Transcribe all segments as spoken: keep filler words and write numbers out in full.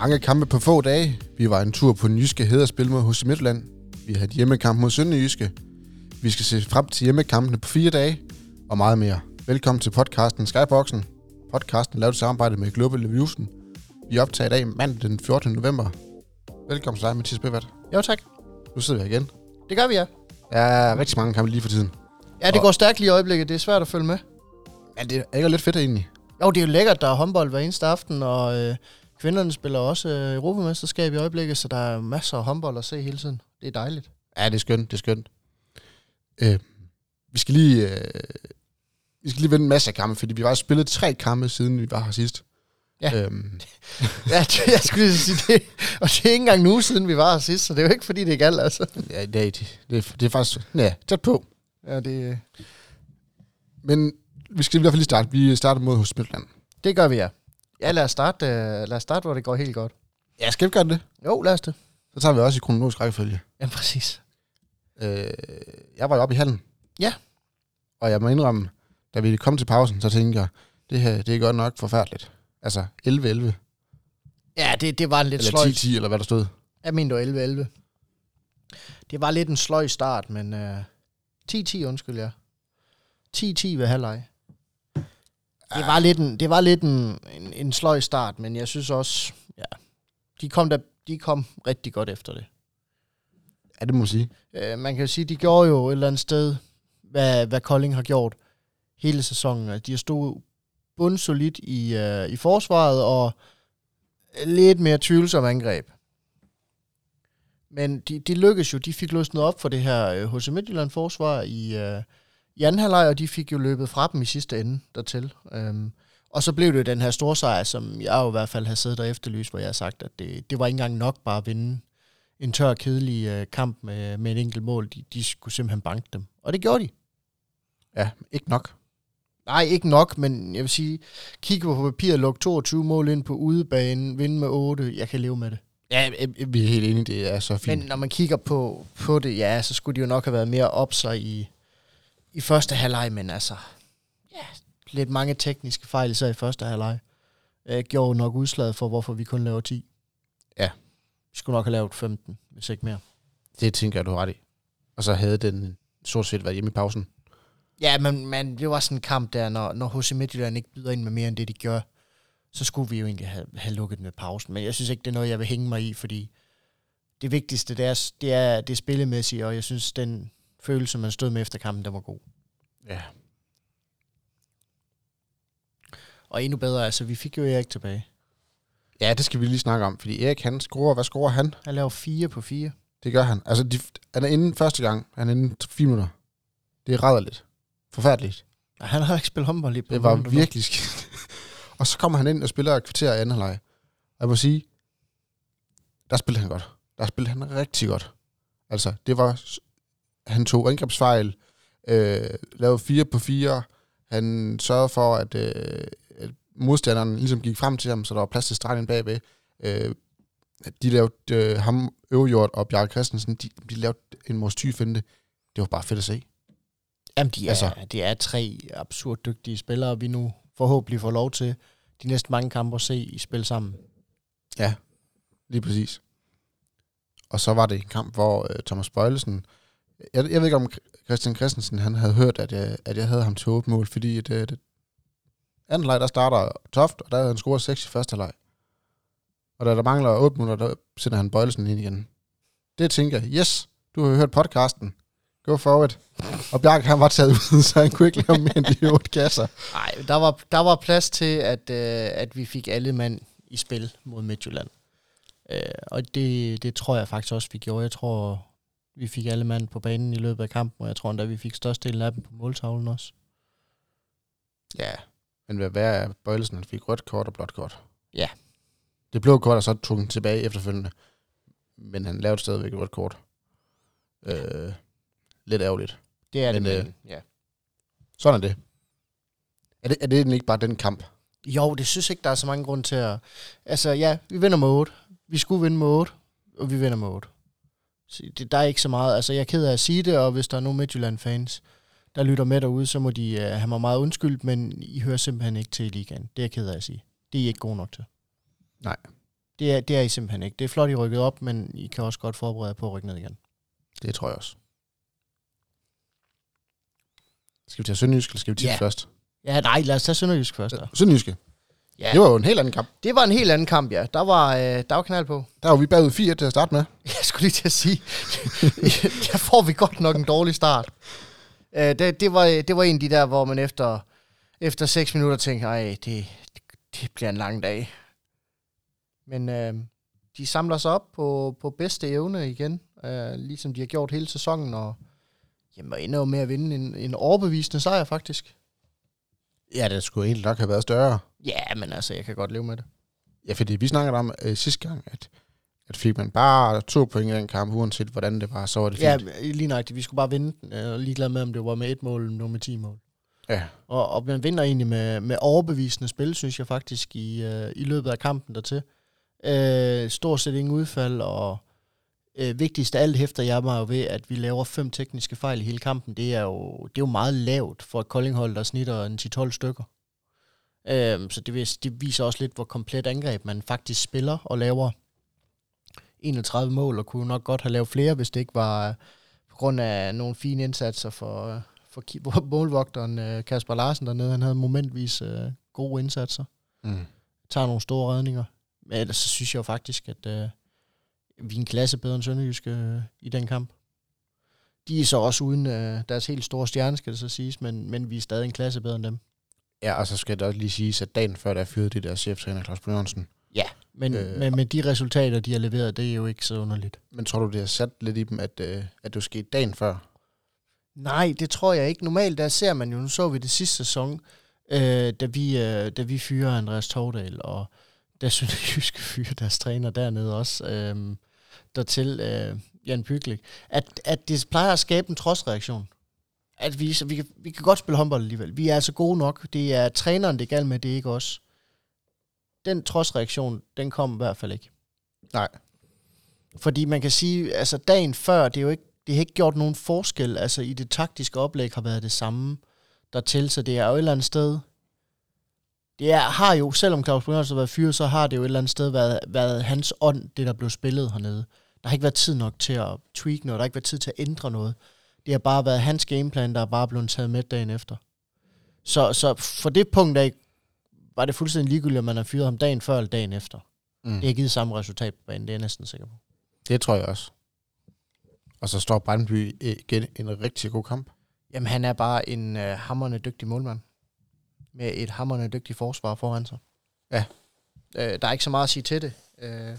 Mange kampe på få dage. Vi var en tur på den jyske hede at spille mod H C Midtjylland. Vi havde hjemmekamp mod Sønderjyske. Vi skal se frem til hjemmekampene på fire dage. Og meget mere. Velkommen til podcasten Skyboxen. Podcasten lavet i samarbejde med Global Reviewsen. Vi optager i dag mandag den fjortende november. Velkommen til dig, Mathias Bevat. Jo, tak. Nu sidder vi igen. Det gør vi, ja. Der er rigtig mange kampe lige for tiden. Ja, det og går stærkt lige i øjeblikket. Det er svært at følge med. Ja, det er ikke lidt fedt egentlig. Jo, det er jo lækkert. Der er håndbold hver eneste aften, og øh, kvinderne spiller også øh, Europamesterskab i øjeblikket, så der er masser af håndbold at se hele tiden. Det er dejligt. Ja, det er skønt. Det er skønt. Øh, vi skal lige... Øh, vi skal lige vinde en masse af kampe, fordi vi har spillet tre kampe, siden vi var her sidst. Ja, øhm. ja det, jeg skulle lige sige det. Og det er ikke engang en uge siden, vi var her sidst, så det er jo ikke, fordi det er galt, altså. Ja, det er, det, det, det er faktisk... Ja, tæt på. Ja, det... Men vi skal i hvert fald lige starte. Vi starter mod hos Midtjylland. Det gør vi, ja. Ja, lad os starte, uh, lad os starte, hvor det går helt godt. Ja, skal vi gøre det? Jo, lad os det. Så tager vi også i kronologisk rækkefølge. Ja, præcis. Øh, jeg var jo oppe i hallen. Ja. Og jeg må indrømme, da vi kom til pausen, så tænkte jeg, det her, det er godt nok forfærdeligt. Altså elleve elleve. Ja, det, det var en lidt eller sløj... ti ti, eller hvad der stod. Jeg mener, det var elleve elleve. Det var lidt en sløj start, men uh, ti ti, undskyld, ja. ti ti ved halvleg. Det var lidt en, det var lidt en, en, en sløj start, men jeg synes også, ja, de kom, der, de kom rigtig godt efter det. Ja, det må man sige. Uh, man kan jo sige, de gjorde jo et eller andet sted, hvad, hvad Kolding har gjort hele sæsonen. De har stået bundsolidt i, uh, i forsvaret, og lidt mere tvivlsom angreb. Men de, de lykkedes jo, de fik løsnet op for det her uh, H C Midtjylland forsvar i... Uh, I anden halvleg, og de fik jo løbet fra dem i sidste ende dertil. Um, og så blev det den her store sejr, som jeg jo i hvert fald har siddet og efterlyst, hvor jeg har sagt, at det, det var ikke engang nok bare at vinde en tør, kedelig uh, kamp med, med et enkelt mål. De, de skulle simpelthen banke dem. Og det gjorde de. Ja, ikke nok. Nej, ikke nok, men jeg vil sige, kigge på papiret, lukke toogtyve mål ind på udebanen, vinde med otte, jeg kan leve med det. Ja, vi er helt enige, det er så fint. Men når man kigger på, på det, ja, så skulle de jo nok have været mere op sig i... I første halvleg, men altså, ja, lidt mange tekniske fejl, så i første halvleg, øh, gjorde nok udslaget for, hvorfor vi kun laver ti. Ja. Vi skulle nok have lavet femten, hvis ikke mere. Det tænker jeg, du har ret i. Og så havde den stort set været hjemme i pausen. Ja, men, men det var sådan en kamp der, når, når H C Midtjylland ikke byder ind med mere end det, de gør, så skulle vi jo egentlig have, have lukket med pausen. Men jeg synes ikke, det er noget, jeg vil hænge mig i, fordi det vigtigste, det er det, er, det spillemæssige, og jeg synes, den følelse, man stod med efter kampen, der var god. Ja. Og endnu bedre, altså, vi fik jo Erik tilbage. Ja, det skal vi lige snakke om, fordi Erik, han scorer, hvad scorer han? Han laver fire på fire. Det gør han. Altså, de, han er inde første gang, han er inde fire minutter. Det er rædderligt. Forfærdeligt. Ja, han har ikke spillet håndbold lige på. Det var virkelig skidt. Og så kommer han ind og spiller et kvarter i anden halvleg. Og jeg må sige, der spillede han godt. Der spillede han rigtig godt. Altså, det var... Han tog angrebsfejl, øh, lavede fire på fire. Han sørgede for, at, øh, at modstanderen ligesom gik frem til ham, så der var plads til stregen bagved. Øh, de lavede øh, ham, Øverjord og Bjarke Christensen, de, de lavede en mors tyfinde. Det var bare fedt at se. Jamen, de er, altså, de er tre absurd dygtige spillere, vi nu forhåbentlig får lov til de næste mange kampe at se i spil sammen. Ja, lige præcis. Og så var det en kamp, hvor øh, Thomas Bøjlesen... Jeg, jeg ved ikke, om Christian Christensen han havde hørt, at jeg, at jeg havde ham til otte mål, fordi det, det anden leg, der starter Toft, og der havde han scoret seks i første leg. Og da der mangler otte minutter, der sender han Bøjlesen ind igen. Det tænker jeg, yes, du har hørt podcasten. Go forward. Og Bjarke, han var taget ud, så han kunne ikke lave mere end de otte kasser. Nej, der var, der var plads til, at, øh, at vi fik alle mand i spil mod Midtjylland. Øh, og det, det tror jeg faktisk også, vi gjorde. Jeg tror... Vi fik alle mand på banen i løbet af kampen, og jeg tror endda, vi fik størstedelen af dem på måltavlen også. Ja, men hvad værre er, Bøjlesen han fik rødt kort og blåt kort. Ja. Det blev kort, og så tog han tilbage efterfølgende. Men han lavede stadigvæk rødt kort. Øh, lidt ærgerligt. Det er men, det, øh, men, ja. Sådan er det. Er det, er det ikke bare den kamp? Jo, det synes ikke, der er så mange grunde til at... Altså, ja, vi vinder med otte. Vi skulle vinde med otte, og vi vinder med otte. Det, der er ikke så meget, altså jeg er ked af at sige det, og hvis der er nogle Midtjylland-fans, der lytter med derude, så må de uh, have mig meget undskyldt, men I hører simpelthen ikke til i ligaen. Det er jeg ked af at sige. Det er I ikke gode nok til. Nej. Det er, det er I simpelthen ikke. Det er flot, I rykket op, men I kan også godt forberede på at rykke ned igen. Det tror jeg også. Skal vi tage Sønderjysk, eller skal vi tippe Ja. først? Ja, nej, lad os tage Sønderjysk først. Da. Sønderjyske. Ja. Det var jo en helt anden kamp. Det var en helt anden kamp, ja. Der var, øh, der var knald på. Der var vi bagud fire til at starte med. Jeg skulle lige til at sige, der får vi godt nok en dårlig start. Øh, det, det, var, det var en af de der, hvor man efter, efter seks minutter tænkte, ej, det, det bliver en lang dag. Men øh, de samler sig op på, på bedste evne igen, øh, ligesom de har gjort hele sæsonen, og jamen, ender jo med at vinde en, en overbevisende sejr, faktisk. Ja, det skulle egentlig nok have været større. Ja, men altså, jeg kan godt leve med det. Ja, fordi vi snakkede om øh, sidste gang, at, at fik man bare to point i den kamp, uanset hvordan det var, så var det fint. Ja, lige nøjagtigt. Vi skulle bare vinde den. Jeg er ligeglad med, om det var med et mål eller med ti mål. Ja. Og, og man vinder egentlig med, med overbevisende spil, synes jeg faktisk, i, øh, i løbet af kampen dertil. Øh, stort set ingen udfald, og øh, vigtigst af alt hæfter jeg mig jo ved, at vi laver fem tekniske fejl i hele kampen. Det er jo, det er jo meget lavt for et Koldinghold, der snitter en ti tolv stykker. Øh, så det, det viser også lidt, hvor komplet angreb man faktisk spiller og laver enogtredive mål, og kunne nok godt have lavet flere, hvis det ikke var på grund af nogle fine indsatser for, for målvogteren Kasper Larsen dernede. Han havde momentvis øh, gode indsatser. Mm. Tager nogle store redninger. Men ellers så synes jeg jo faktisk, at øh, vi er en klasse bedre end Sønderjyske øh, i den kamp. De er så også uden øh, deres helt store stjerne, skal det så siges, men, men vi er stadig en klasse bedre end dem. Ja, og så skal det også lige siges, at dagen før, der fyrede de der cheftræner Claus Brynjolfsen. Ja, men, Øh, men med de resultater, de har leveret, det er jo ikke så underligt. Men tror du, det har sat lidt i dem, at, øh, at det skete dagen før? Nej, det tror jeg ikke. Normalt der ser man jo, nu så vi det sidste sæson, øh, da, vi, øh, da vi fyrer Andreas Tovdal, og der Sønderjyske fyrer deres træner dernede også, øh, dertil øh, Jan Pyglik, at, at det plejer at skabe en trodsreaktion. At vi, så vi, kan, vi kan godt spille håndbold alligevel. Vi er altså gode nok. Det er træneren, det er galt med, det er ikke os. Den trodsreaktion, den kom i hvert fald ikke. Nej. Fordi man kan sige, altså dagen før, det er jo ikke, det har ikke gjort nogen forskel, altså i det taktiske oplæg har været det samme dertil, så det er jo et eller andet sted, det er, har jo, selvom Claus Brynjolfsen har været fyret, så har det jo et eller andet sted været, været hans ånd, det der blev spillet hernede. Der har ikke været tid nok til at tweak noget, der har ikke været tid til at ændre noget. Det har bare været hans gameplan, der er bare blevet taget med dagen efter. Så, så for det punkt af, var det fuldstændig ligegyldigt, om man har fyret ham dagen før eller dagen efter. Mm. Det har givet samme resultat på banen, det er jeg næsten sikker på. Det tror jeg også. Og så står Brøndby igen en rigtig god kamp. Jamen, han er bare en øh, hamrende dygtig målmand. Med et hamrende dygtigt forsvar foran sig. Ja. Øh, der er ikke så meget at sige til det. Øh,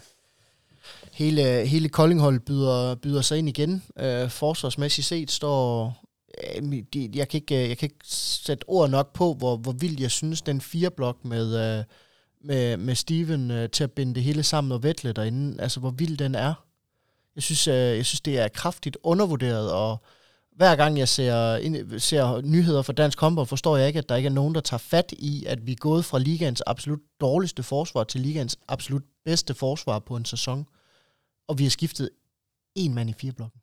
hele, hele Koldinghold byder, byder sig ind igen. Øh, forsvarsmæssigt set står... Øh, de, jeg, kan ikke, jeg kan ikke sætte ord nok på, hvor, hvor vildt jeg synes, den fireblok med, øh, med, med Steven øh, til at binde det hele sammen og Vettle derinde, altså hvor vild den er. Jeg synes, øh, jeg synes det er kraftigt undervurderet, og hver gang jeg ser, ind, ser nyheder fra dansk håndbold, forstår jeg ikke, at der ikke er nogen, der tager fat i, at vi er gået fra ligaens absolut dårligste forsvar til ligaens absolut bedste forsvar på en sæson. Og vi har skiftet en mand i fireblokken.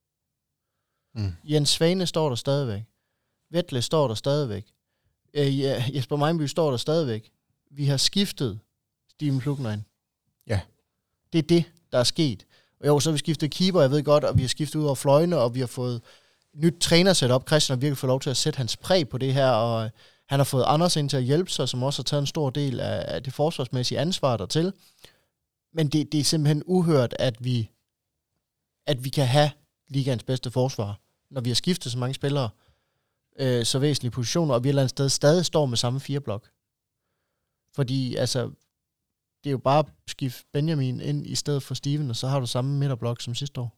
Mm. Jens Svane står der stadigvæk. Vettle står der stadigvæk. Øh, Jesper Meinby står der stadigvæk. Vi har skiftet Steven Plugnein. Ja. Det er det, der er sket. Og jo, så har vi skiftet keeper, jeg ved godt, og vi har skiftet ud over fløjene, og vi har fået nyt trænersæt op. Christian har virkelig fået lov til at sætte hans præg på det her, og han har fået Anders ind til at hjælpe sig, som også har taget en stor del af det forsvarsmæssige ansvar dertil. Men det, det er simpelthen uhørt, at vi, at vi kan have ligaens bedste forsvar, når vi har skiftet så mange spillere, øh, så væsentlige positioner, og vi et eller andet sted stadig står med samme fire blok. Fordi, altså, det er jo bare at skifte Benjamin ind i stedet for Steven, og så har du samme midterblok som sidste år.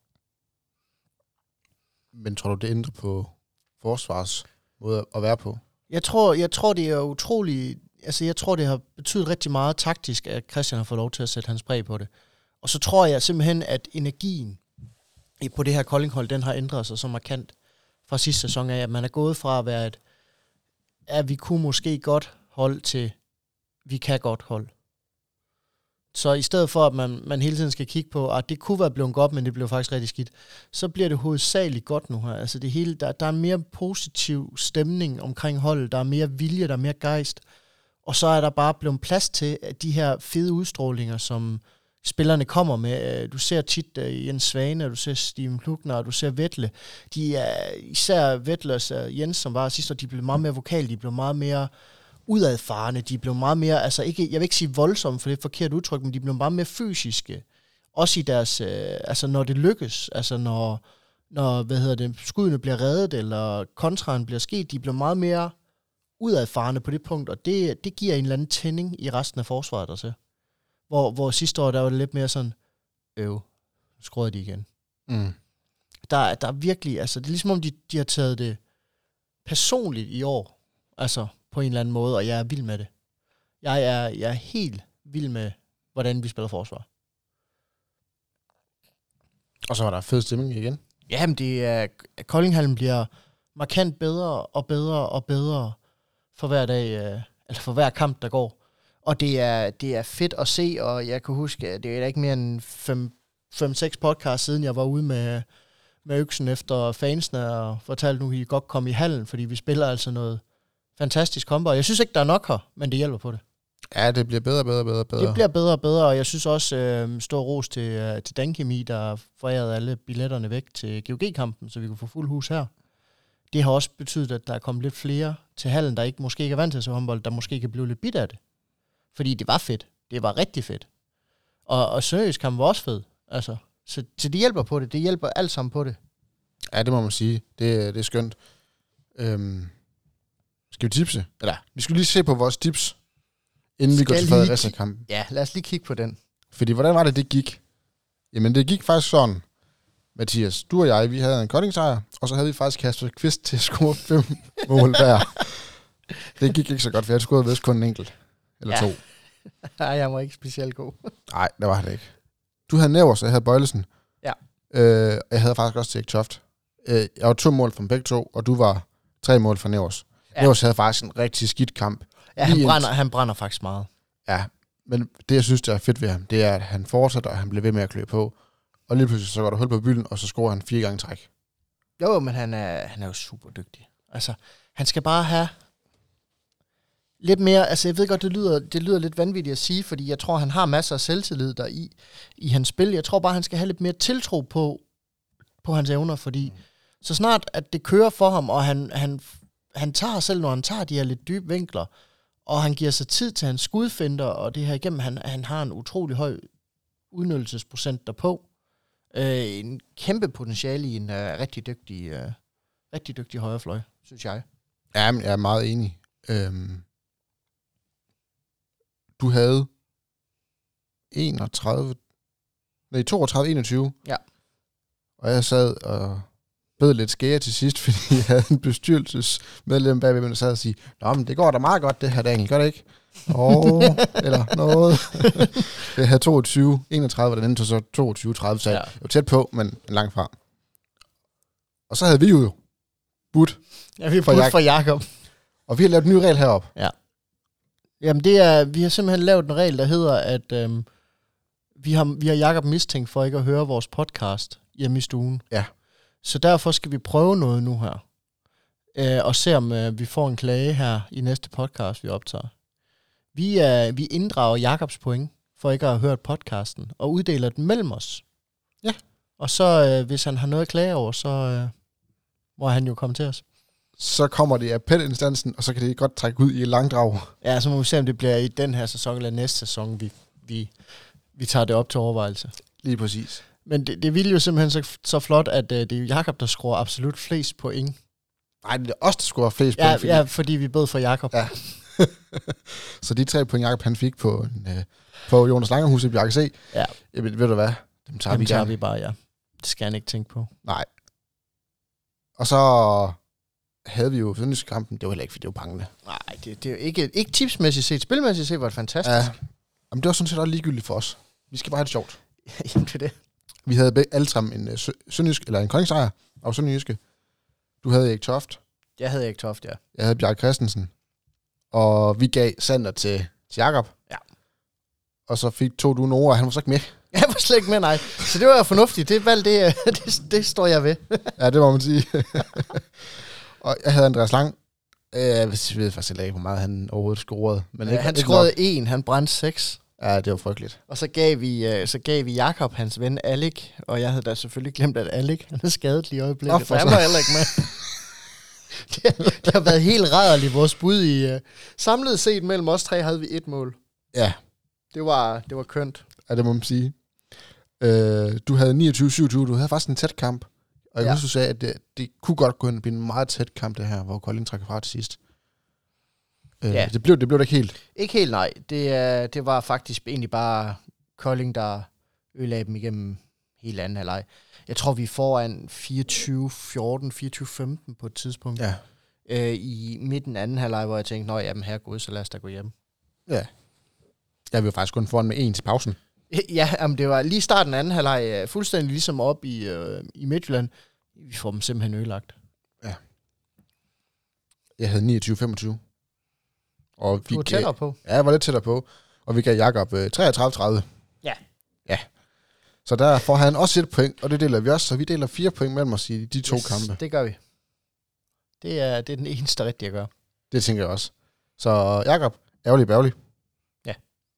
Men tror du, det ændrer på forsvars måde at være på? Jeg tror, jeg tror det er utroligt... Altså, jeg tror, det har betydet rigtig meget taktisk, at Christian har fået lov til at sætte hans præg på det. Og så tror jeg simpelthen, at energien på det her Koldinghold, den har ændret sig så markant fra sidste sæson af, at man er gået fra at være et, at vi kunne måske godt hold til, vi kan godt hold. Så i stedet for, at man, man hele tiden skal kigge på, at det kunne være blevet godt, men det blev faktisk rigtig skidt, så bliver det hovedsageligt godt nu her. Altså det hele, der, der er en mere positiv stemning omkring holdet, der er mere vilje, der er mere gejst, og så er der bare blevet plads til at de her fede udstrålinger, som, spillerne kommer med. Du ser tit uh, Jens Svane, du ser Steven Plugner, og du ser Vettle. De er især Vettle og Jens, som var sidste år, de blev meget mere vokale, de blev meget mere udadfarende, de blev meget mere, altså ikke, jeg vil ikke sige voldsomme, for det er et forkert udtryk, men de blev meget mere fysiske. Også i deres, øh, altså når det lykkes, altså når, når hvad hedder det, skuddene bliver reddet, eller kontraen bliver sket, de bliver meget mere udadfarende på det punkt, og det, det giver en eller anden tænding i resten af forsvaret også. Hvor, hvor sidste år, der var det lidt mere sådan, øv, skruede de igen. Mm. Der, der er virkelig, altså det er ligesom om, de, de har taget det personligt i år, altså på en eller anden måde, og jeg er vild med det. Jeg er, jeg er helt vild med, hvordan vi spiller forsvar. Og så var der fed stemning igen. Jamen, det er, Koldinghallen bliver markant bedre og bedre og bedre for hver dag, eller for hver kamp, der går. Og det er, det er fedt at se, og jeg kan huske, det er ikke mere end fem seks podcasts siden, jeg var ude med, med øksen efter fansene, og fortalte nu, at I godt komme i hallen, fordi vi spiller altså noget fantastisk kombo. Jeg synes ikke, der er nok her, men det hjælper på det. Ja, det bliver bedre, bedre, bedre, bedre. Det bliver bedre og bedre, og jeg synes også, øh, stor ros til, øh, til Dankemi, der forærede alle billetterne væk til G O G-kampen, så vi kunne få fuld hus her. Det har også betydet, at der er kommet lidt flere til hallen, der ikke måske ikke er vant til at se håndbold, der måske kan blive lidt bidt af det. Fordi det var fedt. Det var rigtig fedt. Og, og Sønderjysk kamp var også fed. Altså, så, så det hjælper på det. Det hjælper alt sammen på det. Ja, det må man sige. Det, det er skønt. Øhm, skal vi tipse? Eller, vi skal lige se på vores tips, inden skal vi går til Fredericia-kampen. Ja, lad os lige kigge på den. Fordi, hvordan var det, det gik? Jamen, det gik faktisk sådan, Mathias, du og jeg, vi havde en Kolding-sejr, og så havde vi faktisk Kasper Kvist til at score fem mål der. Det gik ikke så godt, for jeg scorede vist kun en enkelt. Eller ja. to. Nej, jeg var ikke specielt god. Nej, det var det ikke. Du havde Nævers, og jeg havde Bøjlesen. Ja. Øh, jeg havde faktisk også Erik Toft. Øh, jeg var to mål fra begge to, og du var tre mål fra Nævers. Ja. Nævers havde faktisk en rigtig skidt kamp. Ja, han brænder, han brænder faktisk meget. Ja, men det, jeg synes, der er fedt ved ham, det er, at han fortsætter, og han bliver ved med at klø på. Og lige pludselig så går der hul på bylden, og så scorer han fire gange træk. Jo, men han er, han er jo super dygtig. Altså, han skal bare have lidt mere, altså jeg ved godt, det lyder, det lyder lidt vanvittigt at sige, fordi jeg tror, han har masser af selvtillid der i, i hans spil. Jeg tror bare, han skal have lidt mere tiltro på, på hans evner, fordi mm. så snart, at det kører for ham, og han, han, han tager selv, når han tager de her lidt dybe vinkler, og han giver sig tid til hans skudfinder, og det her igennem, han, han har en utrolig høj udnyttelsesprocent derpå. Øh, en kæmpe potentiale i en uh, rigtig dygtig, uh, rigtig dygtig højrefløj, synes jeg. Ja, men jeg er meget enig. Øhm Du havde enogtredive, nej, toogtredive enogtyve. Ja. Og jeg sad og bed lidt skære til sidst, fordi jeg havde en bestyrelsesmedlem bagved, der sad og sige, nå, men det går da meget godt, det her, Daniel, gør det ikke? Åh, eller noget. Jeg havde toogtyve enogtredive, og den anden tog så toogtyve tredive, så ja. Jeg var tæt på, men langt fra. Og så havde vi jo budt. Ja, vi har budt for Jakob. Og vi har lavet en ny regel heroppe. Ja. Jamen det er, vi har simpelthen lavet en regel, der hedder, at øhm, vi har, vi har Jakob mistænkt for ikke at høre vores podcast hjemme i stuen. Ja. Så derfor skal vi prøve noget nu her. Øh, og se om øh, vi får en klage her i næste podcast, vi optager. Vi, øh, vi inddrager Jakobs point for ikke at have hørt podcasten, og uddeler den mellem os. Ja. Og så, øh, hvis han har noget at klage over, så øh, må han jo komme til os. Så kommer det i appelinstansen, og så kan det godt trække ud i langdrag. Ja, så må vi se, om det bliver i den her sæson eller næste sæson, vi, vi, vi tager det op til overvejelse. Lige præcis. Men det, det ville jo simpelthen så, så flot, at uh, det er Jakob, der scorer absolut flest point. Nej, det er os, der scorer flest ja, point. Fordi... Ja, fordi vi bed for Jakob. Ja. Så de tre point, Jakob han fik på, en, uh, på Jonas Langerhus i Bjarke C. Ja. Jamen, ved du hvad? Dem tager, Dem vi, tager vi bare, ja. Det skal han ikke tænke på. Nej. Og så havde vi jo Sønderjysk-kampen. Det var heller ikke, fordi det var bangende. Nej, det, det er jo ikke, ikke tipsmæssigt set. Spilmæssigt set var det fantastisk. Ja. Jamen, det var sådan set også ligegyldigt for os. Vi skal bare have det sjovt. Jamen, det er det. Vi havde begge, alle sammen en uh, Sønderjysk, eller en Kolding-sejr af Sønderjyske. Du havde Erik Toft. Jeg havde Erik Toft, ja. Jeg havde Bjarke Christensen. Og vi gav Sander til, til Jakob. Ja. Og så fik to du Nora, han var så ikke med. Jeg var slet ikke med, nej. Så det var jo fornuftigt. Det valg, det, det, det står jeg ved. Ja, det må man sige. Og jeg havde Andreas Lang. Jeg ved faktisk ikke, hvor meget han overhovedet scorede. Men ja, ikke, han ikke scorede en, han brændte seks. Ja, det var frygteligt. Og så gav vi, øh, så gav vi Jakob hans ven Alec, og jeg havde da selvfølgelig glemt, at Alec han er skadet lige i øjeblikket, Nå, for han var heller ikke med. det, det har været helt rædderligt, vores bud i uh, samlet set mellem os tre havde vi et mål. Ja. Det var, det var kønt. Ja, det må man sige. Øh, du havde niogtyve syvogtyve, du havde faktisk en tæt kamp. Og jeg ja. husker, du sagde, at det, det kunne godt gå hen og blive en meget tæt kamp, det her, hvor Kolding trækker fra til sidst. Øh, ja. det, blev, det blev da ikke helt. Ikke helt, nej. Det, uh, det var faktisk egentlig bare Kolding, der ødelagde dem igennem hele anden halvleg. Jeg tror, vi er foran fireogtyve fjorten, fireogtyve femten på et tidspunkt. Ja. Øh, I midten af anden halvleg, hvor jeg tænkte, nå jamen herregud, så lad os da gå hjem. Ja. Jeg vil faktisk kun foran med en til pausen. Ja, jamen det var lige starten af anden halvleg, fuldstændig ligesom op i, øh, i Midtjylland. Vi får dem simpelthen ødelagt. Ja. Jeg havde niogtyve femogtyve. Og du var tættere på. Ja, jeg var lidt tættere på. Og vi gav Jakob øh, treogtredive tredive. Ja. Ja. Så der får han også et point, og det deler vi også. Så vi deler fire point mellem os i de to yes, kampe. Det gør vi. Det er, det er den eneste rigtige at gøre. Det tænker jeg også. Så Jakob, ærgerlig bærgerlig. Ja.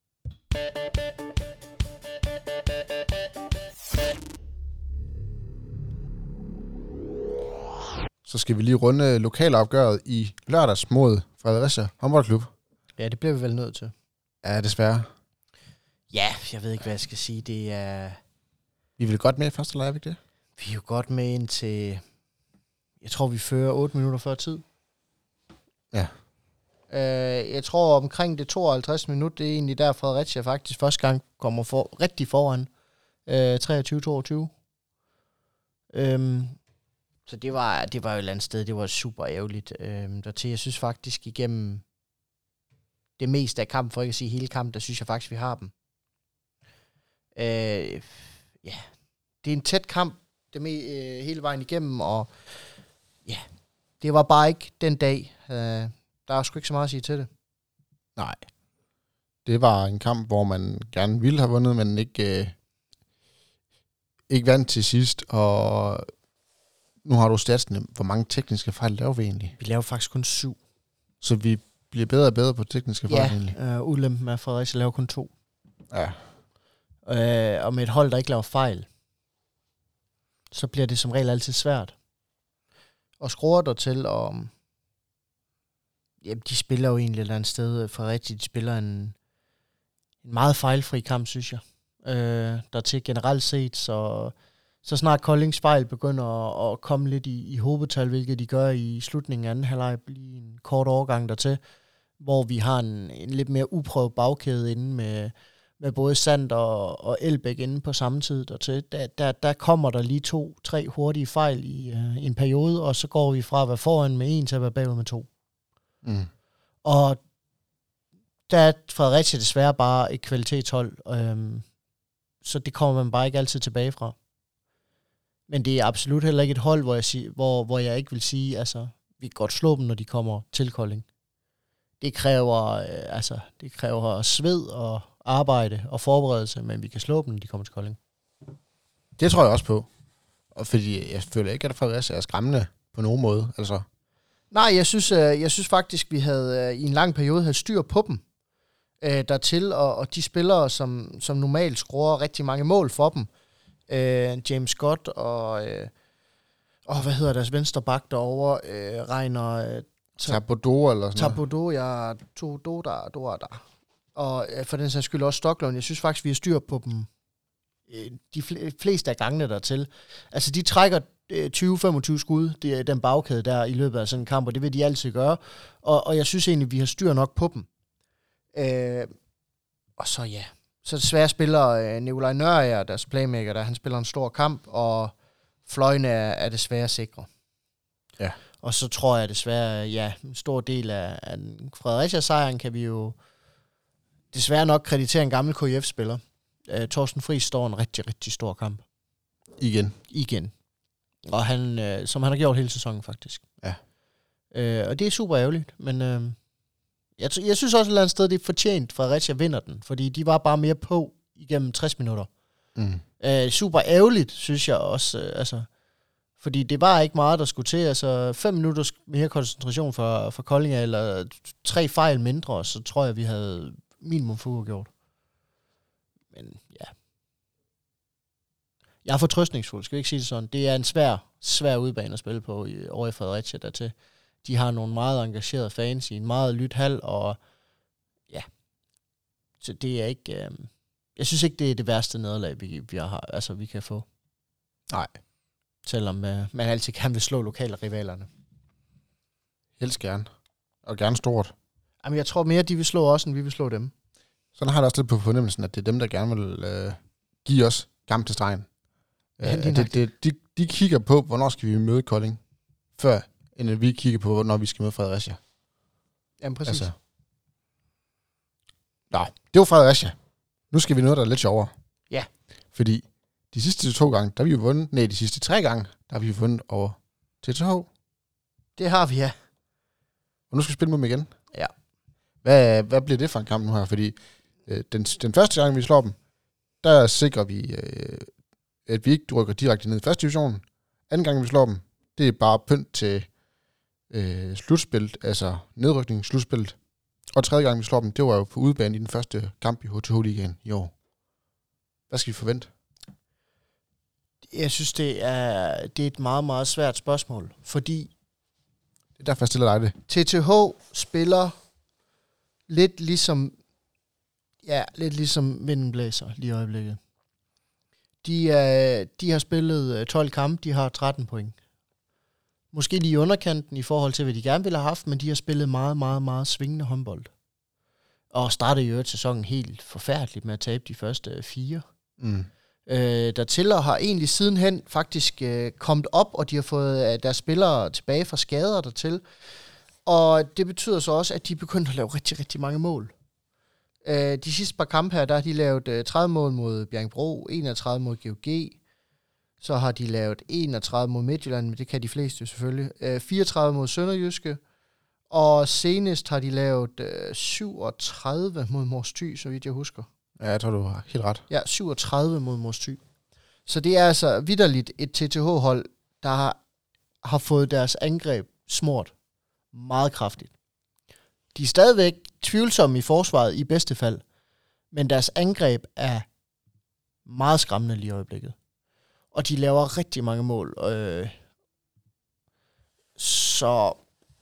Så skal vi lige runde lokalopgøret i lørdags mod Fredericia Håndboldklub. Ja, det bliver vi vel nødt til. Ja, desværre. Ja, jeg ved ikke, hvad jeg skal sige. Det er... Vi vil godt med i første live, ikke det? Vi er jo godt med ind til... Jeg tror, vi fører otte minutter før tid. Ja. Øh, jeg tror, omkring det tooghalvtreds minutter, det er egentlig der, Fredericia faktisk første gang kommer for, rigtig foran. Øh, treogtyve toogtyve. Øhm, så det var, det var jo et eller andet sted, det var super ærgerligt. Øhm, dertil, jeg synes faktisk igennem det meste af kampen, for ikke at sige hele kampen, der synes jeg faktisk, vi har dem. Øh, ja, det er en tæt kamp, det med, øh, hele vejen igennem, og ja, det var bare ikke den dag. Øh, der er sgu ikke så meget at sige til det. Nej. Det var en kamp, hvor man gerne ville have vundet, men ikke, øh, ikke vandt til sidst, og nu har du statsene. Hvor mange tekniske fejl laver vi egentlig? Vi laver faktisk kun syv. Så vi bliver bedre og bedre på tekniske fejl ja, egentlig? Ja, øh, ulempen er, at Fredericia laver kun to. Ja. Øh, og med et hold, der ikke laver fejl, så bliver det som regel altid svært. Og skruer der til, og jamen, de spiller jo egentlig et eller andet sted. Fredericia, de spiller en, en meget fejlfri kamp, synes jeg. Øh, der til generelt set, så, så snart Koldings fejl begynder at, at komme lidt i, i hovedtal, hvilket de gør i slutningen af anden halvleg, lige en kort overgang dertil, hvor vi har en, en lidt mere uprøvet bagkæde inde med, med både Sand og, og Elbæk inde på samme tid dertil. Der, der, der kommer der lige to, tre hurtige fejl i uh, en periode, og så går vi fra at være foran med en til at være bagud med to. Mm. Og der er Fredericia desværre bare et kvalitetshold, øhm, så det kommer man bare ikke altid tilbage fra. Men det er absolut heller ikke et hold, hvor jeg, sig, hvor, hvor jeg ikke vil sige, altså, vi kan godt slå dem, når de kommer til Kolding. Det kræver, øh, altså, det kræver sved og arbejde og forberedelse, men vi kan slå dem, når de kommer til Kolding. Det tror jeg også på. Og fordi jeg føler ikke, at Fredericia er skræmmende på nogen måde. Altså. Nej, jeg synes, øh, jeg synes faktisk, vi havde øh, i en lang periode havde styr på dem øh, dertil, og, og de spillere, som, som normalt scorer rigtig mange mål for dem, øh, James Scott og, øh, og hvad hedder deres venstre bak derovre, øh, Reiner øh, Tabodo eller sådan Tabodo, ja, Todo der, Doa der. Og øh, for den sags skyld også Stocklund. Jeg synes faktisk, vi har styr på dem øh, de fleste af gangene dertil. Altså, de trækker øh, tyve femogtyve skud, det er den bagkæde der i løbet af sådan en kamp, og det vil de altid gøre. Og, og jeg synes egentlig, vi har styr nok på dem. Øh, og så ja, så desværre spiller øh, Nikolaj Nørager, deres playmaker, der han spiller en stor kamp, og fløjene er, er desværre sikre. Ja. Og så tror jeg desværre, ja, en stor del af, af Fredericia-sejren kan vi jo desværre nok kreditere en gammel K I F-spiller. Uh, Torsten Friis står en rigtig, rigtig stor kamp. Igen. Igen. Og han, uh, som han har gjort hele sæsonen, faktisk. Ja. Uh, og det er super ærgerligt, men uh, jeg, t- jeg synes også et eller andet sted, det er fortjent, Fredericia vinder den, fordi de var bare mere på igennem tres minutter. Mm. Uh, super ærgerligt, synes jeg også, uh, altså, fordi det var ikke meget, der skulle til. Altså fem minutters mere koncentration for, for Kolding, eller tre fejl mindre, så tror jeg, vi havde minimum for gjort. Men ja. Jeg er fortrøstningsfuld, skal vi ikke sige det sådan. Det er en svær, svær udbane at spille på i, over i Fredericia dertil. De har nogle meget engagerede fans i en meget lyt hal, og ja, så det er ikke, øh, jeg synes ikke, det er det værste nederlag, vi, vi, har, altså, vi kan få. Nej. Selvom øh, man altid kan vil slå lokale rivalerne. Helst gerne. Og gerne stort. Jamen, jeg tror mere, de vil slå os, end vi vil slå dem. Sådan har jeg også lidt på fornemmelsen, at det er dem, der gerne vil øh, give os kamp til stregen. Ja, øh, det, det, de, de kigger på, hvornår skal vi møde Kolding, før end vi kigger på, hvornår vi skal møde Fredericia. Jamen, præcis. Altså. Nå, det var Fredericia. Nu skal vi noget, der er lidt sjovere. Ja. Fordi de sidste to gange, der har vi jo vundet, nej, de sidste tre gange, der har vi vundet over T T H. Det har vi, ja. Og nu skal vi spille med dem igen. Ja. Hvad, hvad bliver det for en kamp nu her? Fordi øh, den, den første gang, vi slår dem, der sikrer vi, øh, at vi ikke rykker direkte ned i første division. Anden gang, vi slår dem, det er bare pynt til øh, slutspillet, altså nedrykning, slutspillet. Og tredje gang, vi slår dem, det var jo på udebane i den første kamp i H T H-ligaen i år. Hvad skal vi forvente? Jeg synes, det er, det er et meget, meget svært spørgsmål, fordi Det er derfor, jeg stiller dig det. T T H spiller lidt ligesom, ja, lidt ligesom vinden blæser lige i øjeblikket. De, er, de har spillet tolv kampe, de har tretten point. Måske lige i underkanten i forhold til, hvad de gerne ville have haft, men de har spillet meget, meget, meget svingende håndbold. Og startede jo sæsonen helt forfærdeligt med at tabe de første fire. Mm. Øh, dertil og har egentlig sidenhen faktisk øh, kommet op, og de har fået øh, deres spillere tilbage fra skader dertil. Og det betyder så også, at de er begyndt at lave rigtig, rigtig mange mål. Øh, de sidste par kampe her, der har de lavet øh, tredive mål mod Bjerringbro, enogtredive mod G O G. Så har de lavet enogtredive mod Midtjylland, men det kan de fleste jo selvfølgelig. Øh, fireogtredive mod Sønderjyske. Og senest har de lavet øh, syvogtredive mod Mors Thy, så vidt jeg husker. Ja, jeg tror, du har helt ret. Ja, syvogtredive mod Mors Thy. Så det er altså vitterligt et T T H-hold, der har, har fået deres angreb smurt meget kraftigt. De er stadigvæk tvivlsomme i forsvaret i bedste fald, men deres angreb er meget skræmmende lige i øjeblikket. Og de laver rigtig mange mål. Øh, så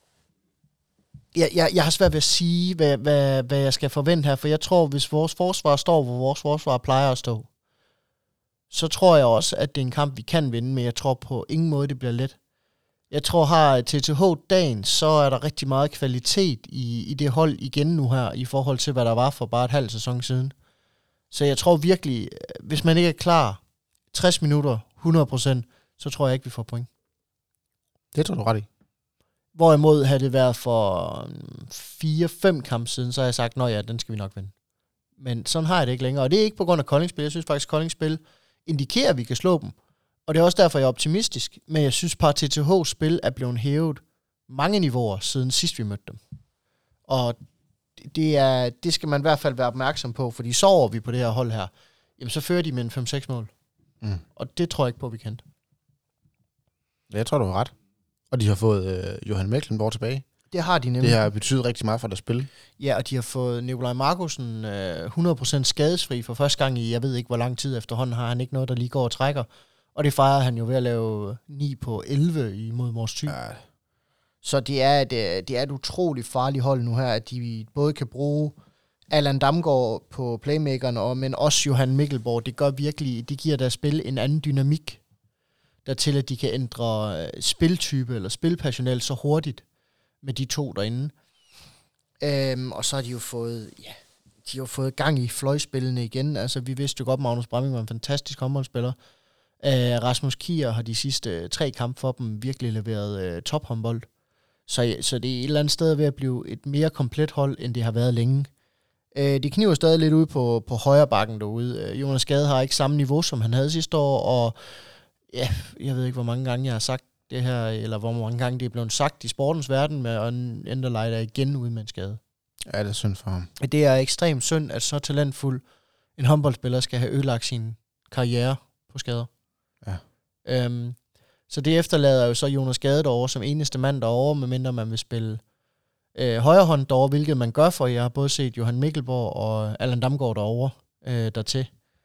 jeg, jeg, jeg har svært ved at sige, hvad, hvad, hvad jeg skal forvente her, for jeg tror, hvis vores forsvar står, hvor vores forsvar plejer at stå, så tror jeg også, at det er en kamp, vi kan vinde, men jeg tror på ingen måde, det bliver let. Jeg tror, har T T H dagen, så er der rigtig meget kvalitet i, i det hold igen nu her, i forhold til, hvad der var for bare et halvt sæson siden. Så jeg tror virkelig, hvis man ikke er klar tres minutter, hundrede procent, så tror jeg ikke, vi får point. Det tror du ret i. Hvorimod havde det været for fire fem kampe siden, så har jeg sagt, nå ja, den skal vi nok vinde. Men sådan har jeg det ikke længere, og det er ikke på grund af Kolding-spil. Jeg synes faktisk, Kolding-spil indikerer, at vi kan slå dem. Og det er også derfor, jeg er optimistisk. Men jeg synes bare, at T T H-spil er blevet hævet mange niveauer, siden sidst vi mødte dem. Og det, er, det skal man i hvert fald være opmærksom på, fordi sover vi på det her hold her, jamen så fører de med en fem seks mål. Mm. Og det tror jeg ikke på, vi kan. Ja, jeg tror, du har ret. Og de har fået øh, Johan Mecklenborg tilbage. Det har de nemlig. Det har betydet rigtig meget for deres spil. Ja, og de har fået Nikolaj Markusen øh, hundrede procent skadesfri for første gang i, jeg ved ikke hvor lang tid efterhånden, har han ikke noget, der lige går og trækker. Og det fejrer han jo ved at lave ni på elleve imod Mors Thy. Ja. Så det er, et, det er et utroligt farligt hold nu her, at de både kan bruge Allan Damgaard på playmakeren, og, men også Johan Mikkelborg. Det gør virkelig, det giver deres spil en anden dynamik, der til at de kan ændre spiltype eller spilpersonel så hurtigt med de to derinde. Øhm, og så har de jo fået, ja, de har jo fået gang i fløjspillene igen. Altså, vi vidste jo godt, Magnus Bramming var en fantastisk håndboldspiller. Øh, Rasmus Kier har de sidste tre kampe for dem virkelig leveret øh, tophåndbold. Så, så det er et eller andet sted ved at blive et mere komplet hold, end det har været længe. Øh, de kniver stadig lidt ud på, på højre bakken derude. Øh, Jonas Gade har ikke samme niveau, som han havde sidste år, og ja, jeg ved ikke, hvor mange gange jeg har sagt det her, eller hvor mange gange det er blevet sagt i sportens verden, med at Enderlej der igen ude med en skade. Ja, det er synd for ham. Det er ekstremt synd, at så talentfuld en håndboldspiller skal have ødelagt sin karriere på skader. Ja. Øhm, så det efterlader jo så Jonas Gade derovre som eneste mand derovre, medmindre man vil spille øh, højrehånd derovre, hvilket man gør, for jeg har både set Johan Mikkelborg og Allan Damgaard derovre øh, dertil.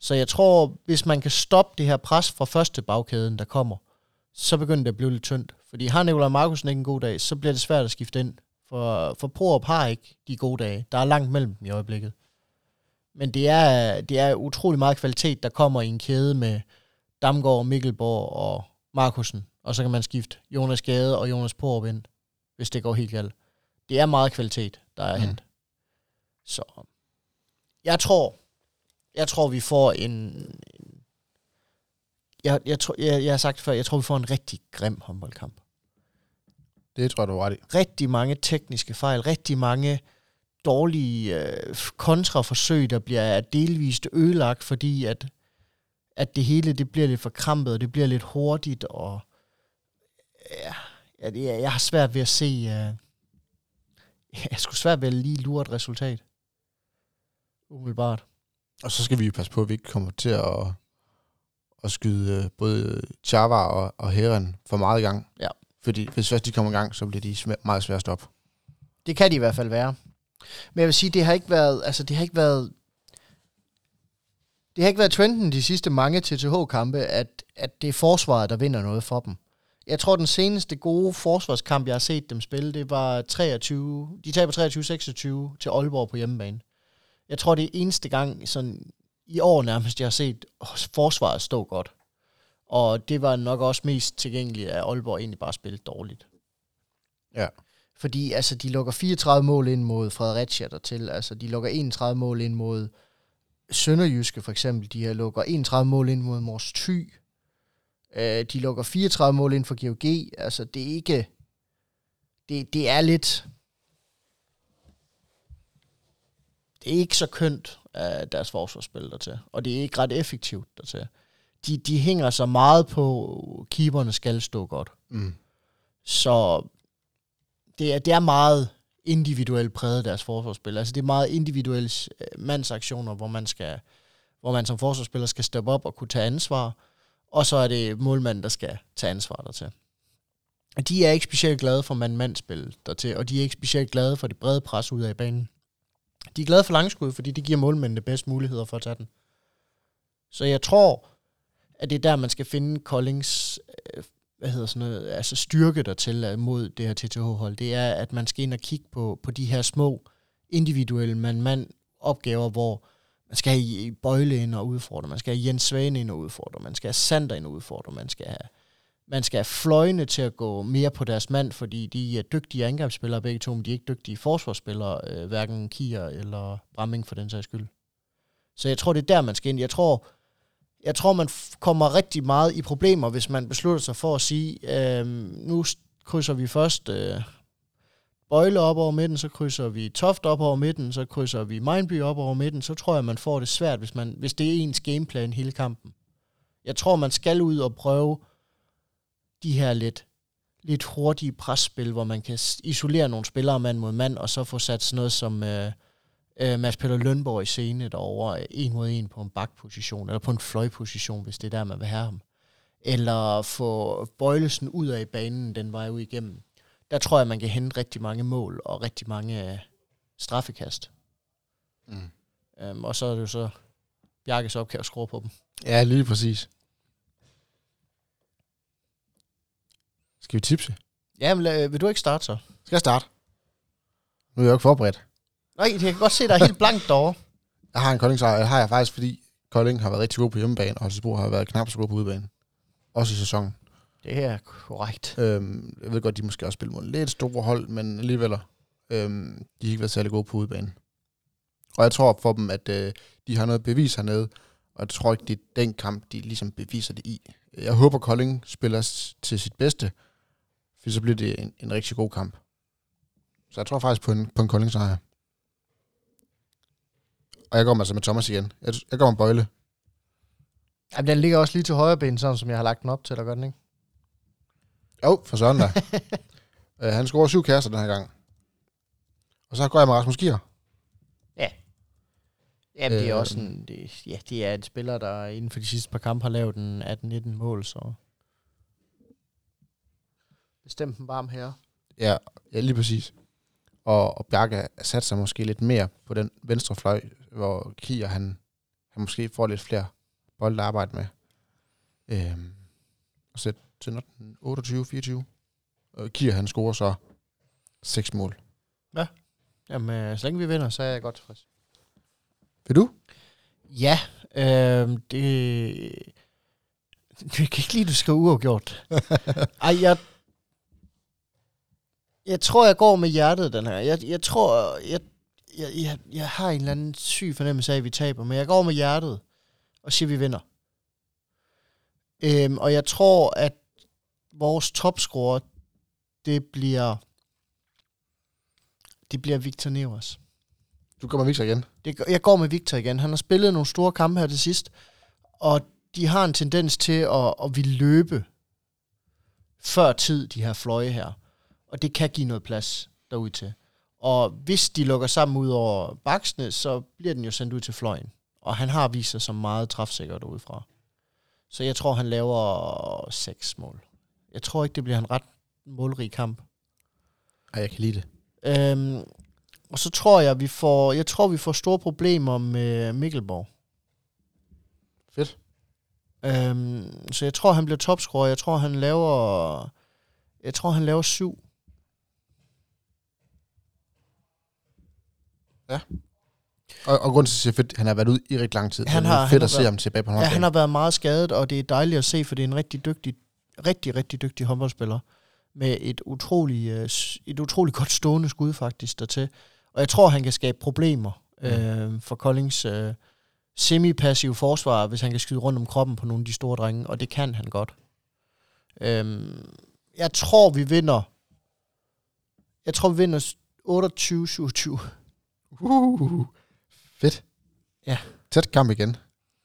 Så jeg tror, hvis man kan stoppe det her pres fra første bagkæden, der kommer, så begynder det at blive lidt tyndt. Fordi har Nikolaj Markusen ikke en god dag, så bliver det svært at skifte ind. For, for Porup har ikke de gode dage. Der er langt mellem dem i øjeblikket. Men det er, det er utrolig meget kvalitet, der kommer i en kæde med Damgaard, Mikkelborg og Markusen. Og så kan man skifte Jonas Gade og Jonas Porup ind, hvis det går helt galt. Det er meget kvalitet, der er mm. hent. Så jeg tror, jeg tror, vi får en... en jeg, jeg, tror, jeg, jeg har sagt før, jeg tror, vi får en rigtig grim håndboldkamp. Det tror jeg, du er ret i. Rigtig mange tekniske fejl, rigtig mange dårlige øh, kontraforsøg, der bliver delvist ødelagt, fordi at, at det hele det bliver lidt forkrampet, og det bliver lidt hurtigt, og ja, jeg, jeg har svært ved at se... Øh, jeg skulle svært ved at lige lure et resultat. Umiddelbart. Og så skal vi jo passe på, at vi ikke kommer til at, at skyde både Chava og, og Heron for meget i gang. Ja. Fordi hvis først de kommer i gang, så bliver de smæ- meget svært at stoppe. Det kan de i hvert fald være. Men jeg vil sige, det har ikke været, altså det har ikke været, det har ikke været trenden de sidste mange T T H-kampe, at, at det er forsvaret, der vinder noget for dem. Jeg tror, den seneste gode forsvarskamp, jeg har set dem spille, det var treogtyve, de taber treogtyve seksogtyve til Aalborg på hjemmebane. Jeg tror, det er eneste gang sådan, i år nærmest, jeg har set forsvaret stå godt. Og det var nok også mest tilgængeligt, at Aalborg egentlig bare spillede dårligt. Ja. Fordi altså, de lukker fireogtredive mål ind mod Fredericia dertil. Altså, de lukker enogtredive mål ind mod Sønderjyske, for eksempel. De lukker enogtredive mål ind mod Mors Thy. Uh, de lukker fireogtredive mål ind for G O G. Altså, det er ikke... Det, det er lidt... Det er ikke så kønt af deres forsvarsspil dertil. Og det er ikke ret effektivt dertil. De, de hænger så meget på, keeperne skal stå godt. Mm. Så det er, det er meget individuelt præget deres forsvarsspil. Altså det er meget individuelle mandsaktioner, hvor man skal, hvor man som forsvarsspiller skal steppe op og kunne tage ansvar. Og så er det målmanden, der skal tage ansvar dertil. De er ikke specielt glade for mand-mand-spil dertil, og de er ikke specielt glade for det brede pres ud af banen. De er glade for langskud, fordi det giver målmændene bedst muligheder for at tage den. Så jeg tror, at det er der, man skal finde Koldings øh, hvad hedder sådan noget, altså styrke dertil mod det her T T H-hold. Det er, at man skal ind og kigge på, på de her små individuelle mand-mand-opgaver, hvor man skal have Bøjle ind og udfordre, man skal have Jens Svane ind og udfordre, man skal have Sander ind og udfordre, man skal have, man skal have fløjene til at gå mere på deres mand, fordi de er dygtige angrebsspillere begge to, men de er ikke dygtige forsvarsspillere, øh, hverken Kier eller Bramming for den sags skyld. Så jeg tror, det er der, man skal ind. Jeg tror, Jeg tror, man f- kommer rigtig meget i problemer, hvis man beslutter sig for at sige, øh, nu krydser vi først øh, Bøjle op over midten, så krydser vi Toft op over midten, så krydser vi Mejnby op over midten, så tror jeg, man får det svært, hvis, man, hvis det er ens gameplan hele kampen. Jeg tror, man skal ud og prøve de her lidt, lidt hurtige presspil, hvor man kan isolere nogle spillere mand mod mand, og så få sat sådan noget som... Øh, Uh, Mads Peter Lønborg i scene derovre, en mod en på en bakposition, eller på en fløjposition, hvis det er der, man vil have ham. Eller få Bøjlesen ud af banen, den vej ud igennem. Der tror jeg, man kan hente rigtig mange mål, og rigtig mange uh, straffekast. Mm. Um, og så er det jo så Bjarkes opgave at skrue på dem. Ja, lige præcis. Skal vi tipse? Ja, men uh, vil du ikke starte så? Skal jeg starte? Nu er jeg jo ikke forberedt. Nej, jeg kan godt se, der er helt blankt derovre. Jeg har en Kolding-sejr. Det har jeg faktisk, fordi Kolding har været rigtig god på hjemmebane, og Holstebro har været knap så god på udebane. Også i sæsonen. Det er korrekt. Øhm, jeg ved godt, de måske også spiller mod lidt store hold, men alligevel, øhm, de har ikke været særlig gode på udebane. Og jeg tror for dem, at øh, de har noget bevis hernede, og jeg tror ikke, det er den kamp, de ligesom beviser det i. Jeg håber, Kolding spiller til sit bedste, for så bliver det en, en rigtig god kamp. Så jeg tror faktisk på en, på en Kolding-sejr. Og jeg går altså med Thomas igen. Jeg, jeg går med Bøjle. Jamen, den ligger også lige til højre ben, sådan som jeg har lagt den op til, der gør den, ikke? Jo, for søren da. uh, han scorer syv kasser den her gang. Og så går jeg med Rasmus Gier. Ja. Jamen, det er øh, også en... Det, ja, det er en spiller, der inden for de sidste par kampe har lavet en atten nitten mål, så... Bestem den varm her. Ja, ja, lige præcis. Og, og Bjarke satte sig måske lidt mere på den venstre fløj, hvor Kier, han, han måske får lidt flere bolde at arbejde med. Øhm, og sæt til otteogtyve fireogtyve. Og Kier, han scorer så seks mål. Ja. Jamen, så længe vi vinder, så er jeg godt tilfreds. Vil du? Ja, øh, det... Jeg kan ikke lide, du skal uafgjort. Ej, jeg... Jeg tror, jeg går med hjertet den her. Jeg, jeg tror, jeg, jeg, jeg, jeg har en eller anden syg fornemmelse af, at vi taber, men jeg går med hjertet og siger, at vi vinder. Øhm, og jeg tror, at vores topscorer, det bliver... Det bliver Victor Nevers. Du går med Victor igen? Det, jeg går med Victor igen. Han har spillet nogle store kampe her til sidst, og de har en tendens til at, at ville løbe før tid, de her fløje her. Og det kan give noget plads derud til. Og hvis de lukker sammen ud over baksene, så bliver den jo sendt ud til fløjen. Og han har vist sig som meget træfsikker derudfra. Så jeg tror, han laver seks mål. Jeg tror ikke, det bliver en ret målrig kamp. Ej, jeg kan lide det. Øhm, og så tror jeg, vi får, jeg tror, vi får store problemer med Mikkelborg. Fedt. Øhm, så jeg tror, han bliver topscorer. Jeg tror, han laver... Jeg tror, han laver syv. Ja. Og, og grunden til, at sige fedt, han har været ude i rigtig lang tid. Han det har, er fedt han at se været, ham tilbage på en ja, han har været meget skadet, og det er dejligt at se, for det er en rigtig dygtig, rigtig, rigtig dygtig håndboldspiller. Med et utrolig, et utrolig godt stående skud faktisk dertil. Og jeg tror, han kan skabe problemer mm. øh, for Koldings øh, semi-passive forsvar, hvis han kan skyde rundt om kroppen på nogle af de store drenge, og det kan han godt. Øhm, jeg tror, vi vinder Jeg tror, vi vinder otteogtyve syvogtyve. Uh, fedt. Ja. Tæt kamp igen.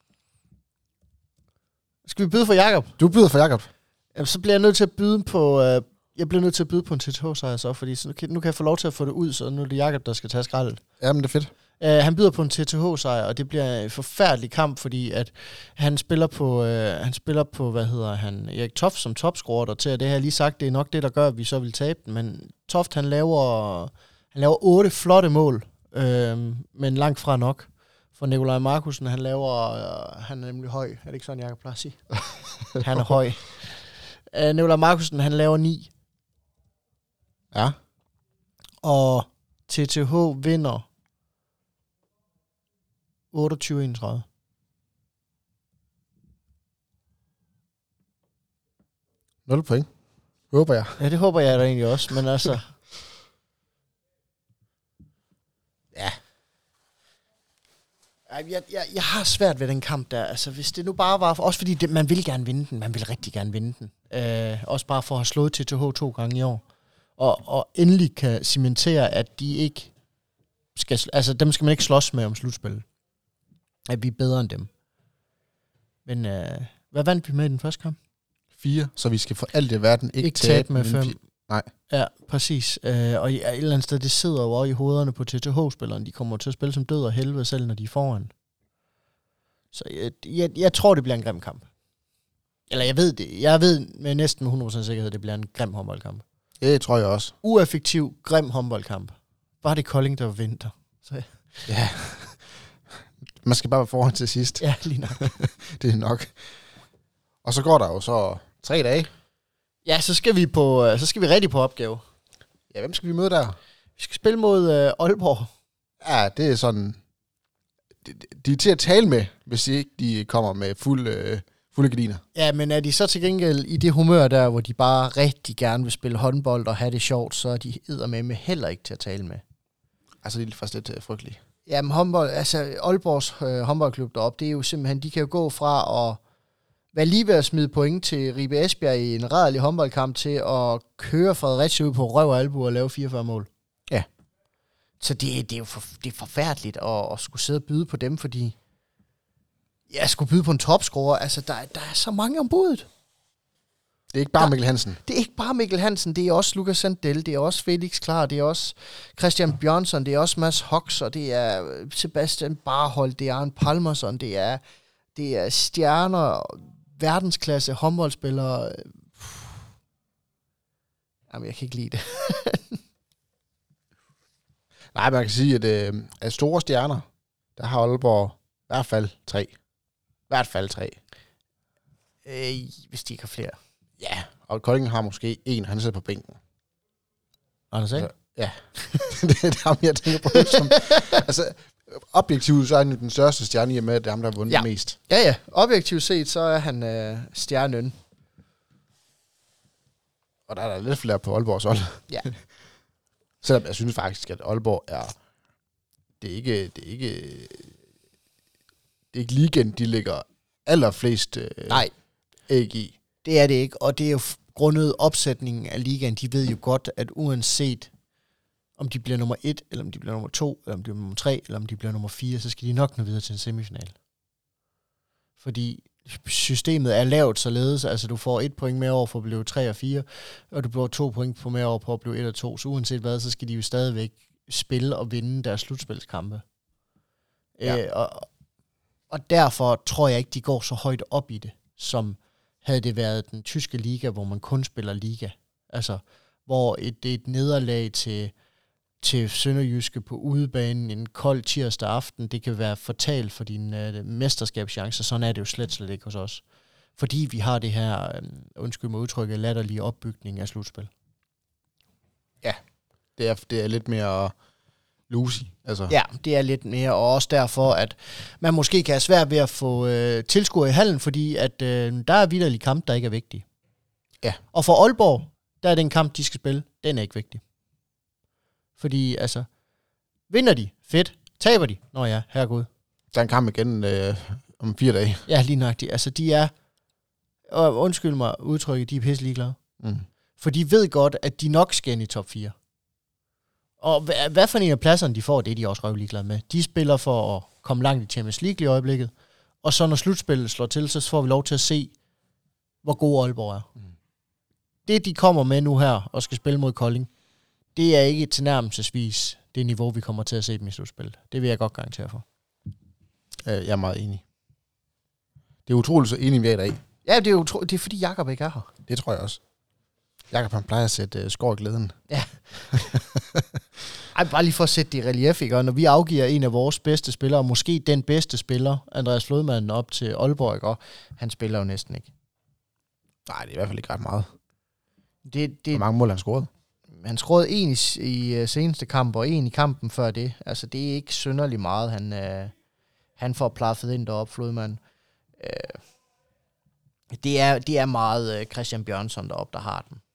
Skal vi byde for Jakob? Du byder for Jakob. Jamen, så bliver jeg nødt til at byde på... Øh, jeg bliver nødt til at byde på en T T H-sejr så, fordi så nu, kan, nu kan jeg få lov til at få det ud, så nu er det Jakob, der skal tage skraldet. Jamen, det er fedt. Uh, han byder på en T T H-sejr, og det bliver en forfærdelig kamp, fordi at han spiller på, uh, han spiller på, hvad hedder han, Erik Toft som topscorer der til, og det har jeg lige sagt, det er nok det, der gør, at vi så vil tabe den, men Toft, han laver, han laver otte flotte mål, øh, men langt fra nok. For Nikolaj Markusen, han laver, uh, han er nemlig høj, er det ikke sådan, jeg kan pleje at sige? Han er høj. Uh, Nikolaj Markusen, han laver ni. Ja. Og T T H vinder otteogtyve enogtredive. nul point. Håber jeg. Ja, det håber jeg da egentlig også, men altså... ja. Jeg, jeg, jeg har svært ved den kamp der. Altså, hvis det nu bare var... For, også fordi det, man vil gerne vinde den. Man vil rigtig gerne vinde den. Øh, også bare for at have slået T T H to gange i år. Og, og endelig kan cementere, at de ikke skal... Altså, dem skal man ikke slås med om slutspillet. At vi er bedre end dem. Men øh, hvad vandt vi med i den første kamp? Fire, så vi skal for alt i verden ikke, ikke tabe med fem. Fi- Nej. Ja, præcis. Øh, og et eller andet sted, det sidder jo også i hovederne på T T H-spillerne. De kommer til at spille som død og helvede selv, når de er foran. Så jeg, jeg, jeg tror, det bliver en grim kamp. Eller jeg ved det. Jeg ved med næsten med hundrede procent sikkerhed, at det bliver en grim håndboldkamp. Ja, det tror jeg også. Ueffektiv, grim håndboldkamp. Bare det Kolding, der vinter. Så. Ja. Man skal bare være foran til sidst. Ja, lige nok. Det er nok. Og så går der jo så tre dage. Ja, så skal vi på, så skal vi rigtig på opgave. Ja, hvem skal vi møde der? Vi skal spille mod øh, Aalborg. Ja, det er sådan... De, de er til at tale med, hvis de ikke de kommer med fuld, øh, fulde gardiner. Ja, men er de så til gengæld i det humør der, hvor de bare rigtig gerne vil spille håndbold og have det sjovt, så er de eddermame heller ikke til at tale med. Altså, det er faktisk lidt øh, frygteligt. Jamen, håndbold, altså Aalborgs øh, håndboldklub deroppe, det er jo simpelthen, de kan jo gå fra at være lige ved at smide point til Ribe Esbjerg i en rædderlig håndboldkamp til at køre Fredericia ud på røv og albu og lave fireogfyrre mål. Ja. Så det, det er jo for, det er forfærdeligt at, at skulle sidde og byde på dem, fordi jeg skulle byde på en topscorer. Altså, der, der er så mange om budet. Det er ikke bare der, Mikkel Hansen. Det er ikke bare Mikkel Hansen, det er også Lukas Sandel, det er også Felix Klar, det er også Christian Bjørnsson, det er også Mads Hox, og det er Sebastian Barhold, det er Arne Palmerson, det er, det er stjerner, verdensklasse håndboldspillere. Jamen, jeg kan ikke lide det. Nej, man kan sige, at øh, af store stjerner, der har Aalborg hvert fald tre. I hvert fald tre. Øh, hvis de ikke har flere. Ja, og Kolding har måske en, han sidder på bænken. Anders, ikke? Altså, ja, det er ham, jeg tænker på. Som, altså, objektivt så er han jo den største stjerne i og med, at det er ham, der har vundet Ja. mest. Ja, ja. Objektivt set, så er han øh, stjernen. Og der er der lidt flere på Aalborgs hold. Ja. Selvom jeg synes faktisk, at Aalborg er... Det er ikke... Det er ikke, det er ikke ligaen, de ligger allerflest øh, Nej, æg i. det er det ikke. Og det er jo f- grundet opsætningen af ligaen. De ved jo godt, at uanset om de bliver nummer et, eller om de bliver nummer to, eller om de bliver nummer tre, eller om de bliver nummer fire, så skal de nok nå videre til en semifinal. Fordi systemet er lavt således, altså du får et point mere over for at blive tre og fire, og du får to point på mere over på at blive et og to, så uanset hvad, så skal de jo stadigvæk spille og vinde deres slutspilskampe. Ja. Øh, og, og derfor tror jeg ikke, de går så højt op i det, som havde det været den tyske liga, hvor man kun spiller liga. Altså, hvor et, det er et nederlag til, til Sønderjyske på udebanen en kold tirsdag aften, det kan være fatalt for dine uh, mesterskabschancer. Sådan er det jo slet slet ikke hos os. Fordi vi har det her, um, undskyld mig udtrykket, latterlige opbygning af slutspil. Ja, det er, det er lidt mere loosey. Altså. Ja, det er lidt mere, og også derfor, at man måske kan have svært ved at få øh, tilskuere i hallen, fordi at øh, der er vitterlige kamp, der ikke er vigtige. Ja. Og for Aalborg, der er den kamp, de skal spille, den er ikke vigtig. Fordi, altså, vinder de, fedt. Taber de, nå ja, herregud. Der er en kamp igen øh, om fire dage. Ja, lige nøjagtigt. Altså, de er, og undskyld mig udtrykket, de er pisse ligeglade. Mm. For de ved godt, at de nok skal ind i top fire. Og hvad, hvad for en af pladserne de får, det er de også røvlig glade med. De spiller for at komme langt i Champions League i øjeblikket. Og så når slutspillet slår til, så får vi lov til at se, hvor god Aalborg er. Mm. Det, de kommer med nu her og skal spille mod Kolding, det er ikke tilnærmelsesvis det niveau, vi kommer til at se dem i slutspillet. Det vil jeg godt garantere for. Jeg er meget enig. Det er utroligt så enig, vi er i dag. Ja, det er, utro- det er fordi Jakob ikke er her. Det tror jeg også. Jakob, han plejer at sætte uh, skår i glæden. Ja. Ej, bare lige for at sætte det i relief, ikke? Og når vi afgiver en af vores bedste spillere, måske den bedste spiller, Andreas Flodmanden, op til Aalborg, ikke? Og han spiller jo næsten ikke. Nej, det er i hvert fald ikke ret meget. Det, det, Hvor mange mål han scorede? Han scorede en i, i uh, seneste kamp, og en i kampen før det. Altså, det er ikke synderligt meget, han, uh, han får plaffet ind deroppe, Flodmanden. Uh, det, er, det er meget uh, Christian Bjørnsson deroppe, der har den.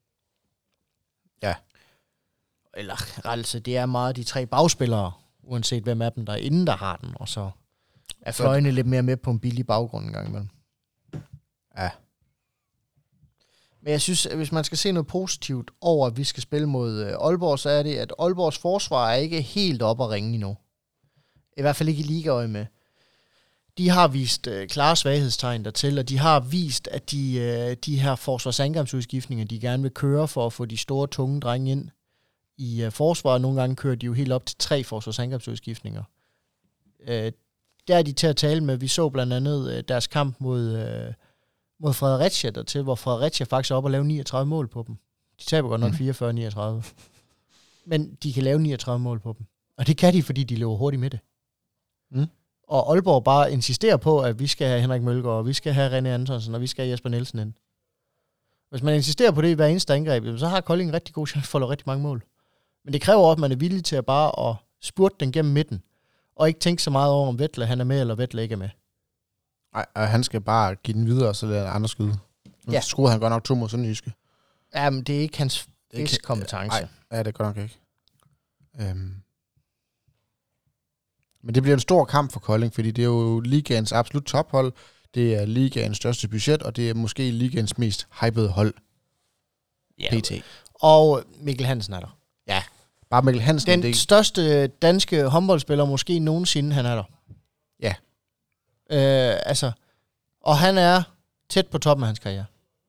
Ja. Eller altså, det er meget de tre bagspillere, uanset hvem af dem, der er inde, der har den, og så er fløjene lidt mere med på en billig baggrund en gang imellem. Ja. Men jeg synes, at hvis man skal se noget positivt over, at vi skal spille mod Aalborg, så er det, at Aalborgs forsvar er ikke helt op at ringe endnu. I hvert fald ikke i ligaøje med. De har vist øh, klare svaghedstegn dertil, og de har vist, at de, øh, de her forsvarsangrebsudskiftninger, de gerne vil køre for at få de store, tunge drenge ind i øh, forsvaret. Nogle gange kører de jo helt op til tre forsvarsangrebsudskiftninger. Øh, der er de til at tale med. Vi så blandt andet øh, deres kamp mod, øh, mod Fredericia dertil, hvor Fredericia faktisk er oppe og lave niogtredive mål på dem. De taber godt nok Mm. fireogfyrre niogtredive. Men de kan lave niogtredive mål på dem. Og det kan de, fordi de løber hurtigt med det. Mm. Og Aalborg bare insisterer på, at vi skal have Henrik Mølgaard, og vi skal have René Antonsen, og vi skal have Jesper Nielsen ind. Hvis man insisterer på det i hver eneste angreb, så har Kolding en rigtig god chance for at rigtig mange mål. Men det kræver også, at man er villig til at bare at spurte den gennem midten, og ikke tænke så meget over, om Vettle han er med, eller Vettle ikke er med. Nej, og han skal bare give den videre, og så lader andre skyde. Nu Ja. scorede han godt nok to mod Sønderjyske. Jamen, det er ikke hans Det kan- kompetence. Nej, ja, det er godt nok ikke. Øhm. Men det bliver en stor kamp for Kolding, fordi det er jo ligaens absolut tophold. Det er ligaens største budget, og det er måske ligaens mest hypede hold. Ja. P T. Og Mikkel Hansen er der. Ja, bare Mikkel Hansen. Den det, største danske håndboldspiller måske nogensinde, han er der. Ja. Øh, altså, og han er tæt på toppen af hans karriere.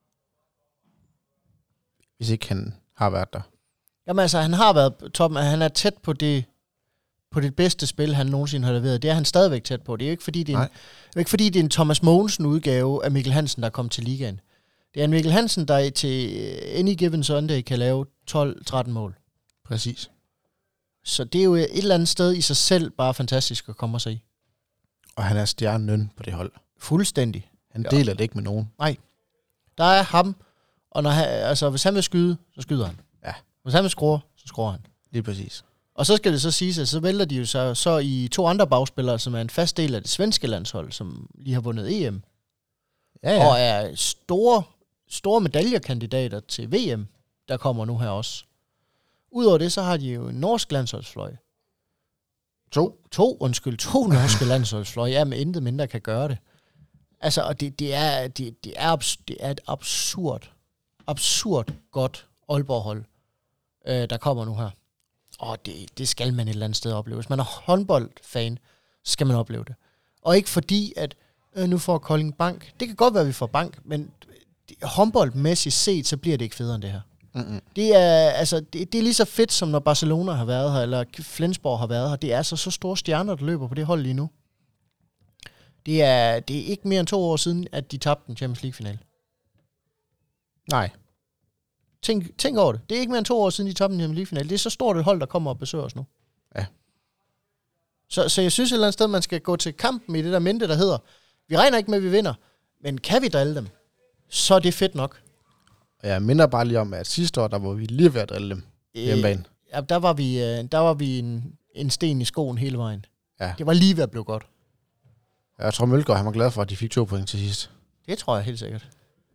hvis ikke han har været der. Jamen altså, han har været på toppen, han er tæt på det, på det bedste spil, han nogensinde har leveret. Det er han stadigvæk tæt på. Det er jo ikke fordi, det er en, det er ikke, fordi det er en Thomas Mogensen udgave af Mikkel Hansen, der kom til ligaen. Det er en Mikkel Hansen, der til any given Sunday kan lave tolv tretten mål. Præcis. Så det er jo et eller andet sted i sig selv bare fantastisk at komme og se. Og han er stjernen på det hold. Fuldstændig. Han deler ja. det ikke med nogen. Nej. Der er ham, og når han, altså, hvis han vil skyde, så skyder han. Ja. Hvis han vil score, så scorer han. Lige præcis. Og så skal det så siges, at så vælter de jo så, så i to andre bagspillere, som er en fast del af det svenske landshold, som lige har vundet E M. Ja, ja. Og er store, store medaljekandidater til V M, der kommer nu her også. Udover det, så har de jo en norsk landsholdsfløj. To. To, undskyld, to norske landsholdsfløj. Ja, med intet mindre kan gøre det. Altså, og det, det, er, det, det, er, abs- det er et absurd, absurd godt Aalborg-hold, øh, der kommer nu her. Og det, det skal man et eller andet sted opleve. Hvis man er håndboldfan, så skal man opleve det. Og ikke fordi, at øh, nu får Kolding bank. Det kan godt være, at vi får bank, men håndboldmæssigt set, så bliver det ikke federe end det her. Mm-hmm. Det er, altså, det, det er lige så fedt, som når Barcelona har været her, eller Flensborg har været her. Det er altså så store stjerner, der løber på det hold lige nu. Det er, det er ikke mere end to år siden, at de tabte en Champions League-finale. Nej. Tænk, tænk over det. Det er ikke mere end to år siden, de tabte en Champions League-finale. Det er så stort et hold, der kommer og besøger os nu. Ja. Så, så jeg synes et eller andet sted, man skal gå til kampen i det der mente, der hedder, vi regner ikke med, at vi vinder, men kan vi drille dem, så er det fedt nok. Og jeg minder bare lige om, at sidste år, der var vi lige ved at drille dem øh, hjemmebane. Ja, der var vi, der var vi en, en sten i skoen hele vejen. Ja. Det var lige ved at blive godt. Jeg tror, Mølgaard, han var glad for, at de fik to point til sidst. Det tror jeg helt sikkert.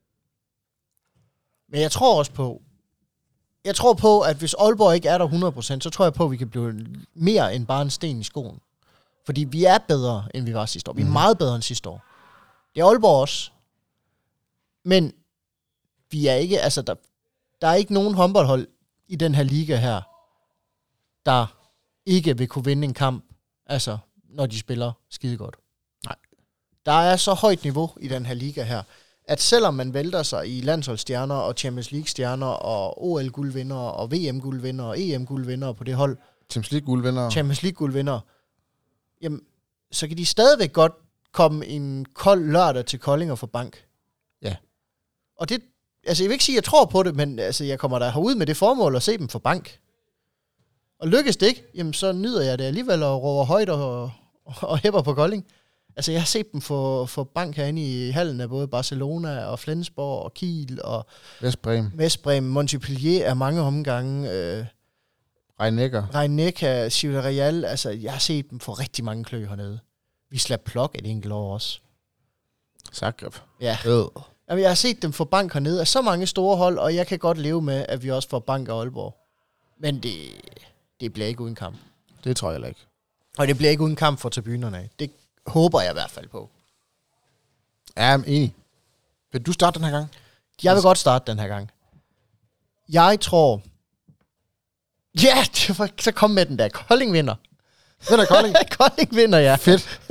Men jeg tror også på, jeg tror på, at hvis Aalborg ikke er der hundrede procent, så tror jeg på, at vi kan blive mere end bare en sten i skoen. Fordi vi er bedre, end vi var sidste år. Vi er mm. meget bedre end sidste år. Det er Aalborg også. Men vi er ikke, altså der, der er ikke nogen håndboldhold i den her liga her, der ikke vil kunne vinde en kamp, altså når de spiller skide godt. Nej. Der er så højt niveau i den her liga her, at selvom man vælter sig i landsholdsstjerner og Champions League-stjerner og O L-guldvindere og V M-guldvindere og E M-guldvindere på det hold, Champions League-guldvindere. Champions League-guldvindere, jamen, så kan de stadigvæk godt komme en kold lørdag til Kolding og få bank. Ja. Og det, altså jeg vil ikke sige, at jeg tror på det, men altså, jeg kommer der herud med det formål at se dem få bank. Og lykkes det ikke, jamen så nyder jeg det alligevel og råber højt og, og hæpper på Kolding. Altså, jeg har set dem få, få bank herinde i hallen af både Barcelona og Flensborg og Kiel og Vestbrem. Vestbrem, Montpellier er mange omgange. Øh, Rhein-Neckar. Rhein-Neckar, Ciudad Real. Altså, jeg har set dem få rigtig mange klø hernede. Vi slap plok et enkelt år også. Zagreb. Ja. Øh. Jamen, jeg har set dem få bank hernede af så mange store hold, og jeg kan godt leve med, at vi også får bank af Aalborg. Men det, det bliver ikke uden kamp. Det tror jeg heller ikke. Og det bliver ikke uden kamp for tribunerne af. Det håber jeg i hvert fald på. Ja, jeg er enig. Vil du starte den her gang? Jeg vil godt starte den her gang. Jeg tror... Ja, så kom med den der. Kolding vinder. Vinder Kolding? Kolding vinder, ja. Fedt.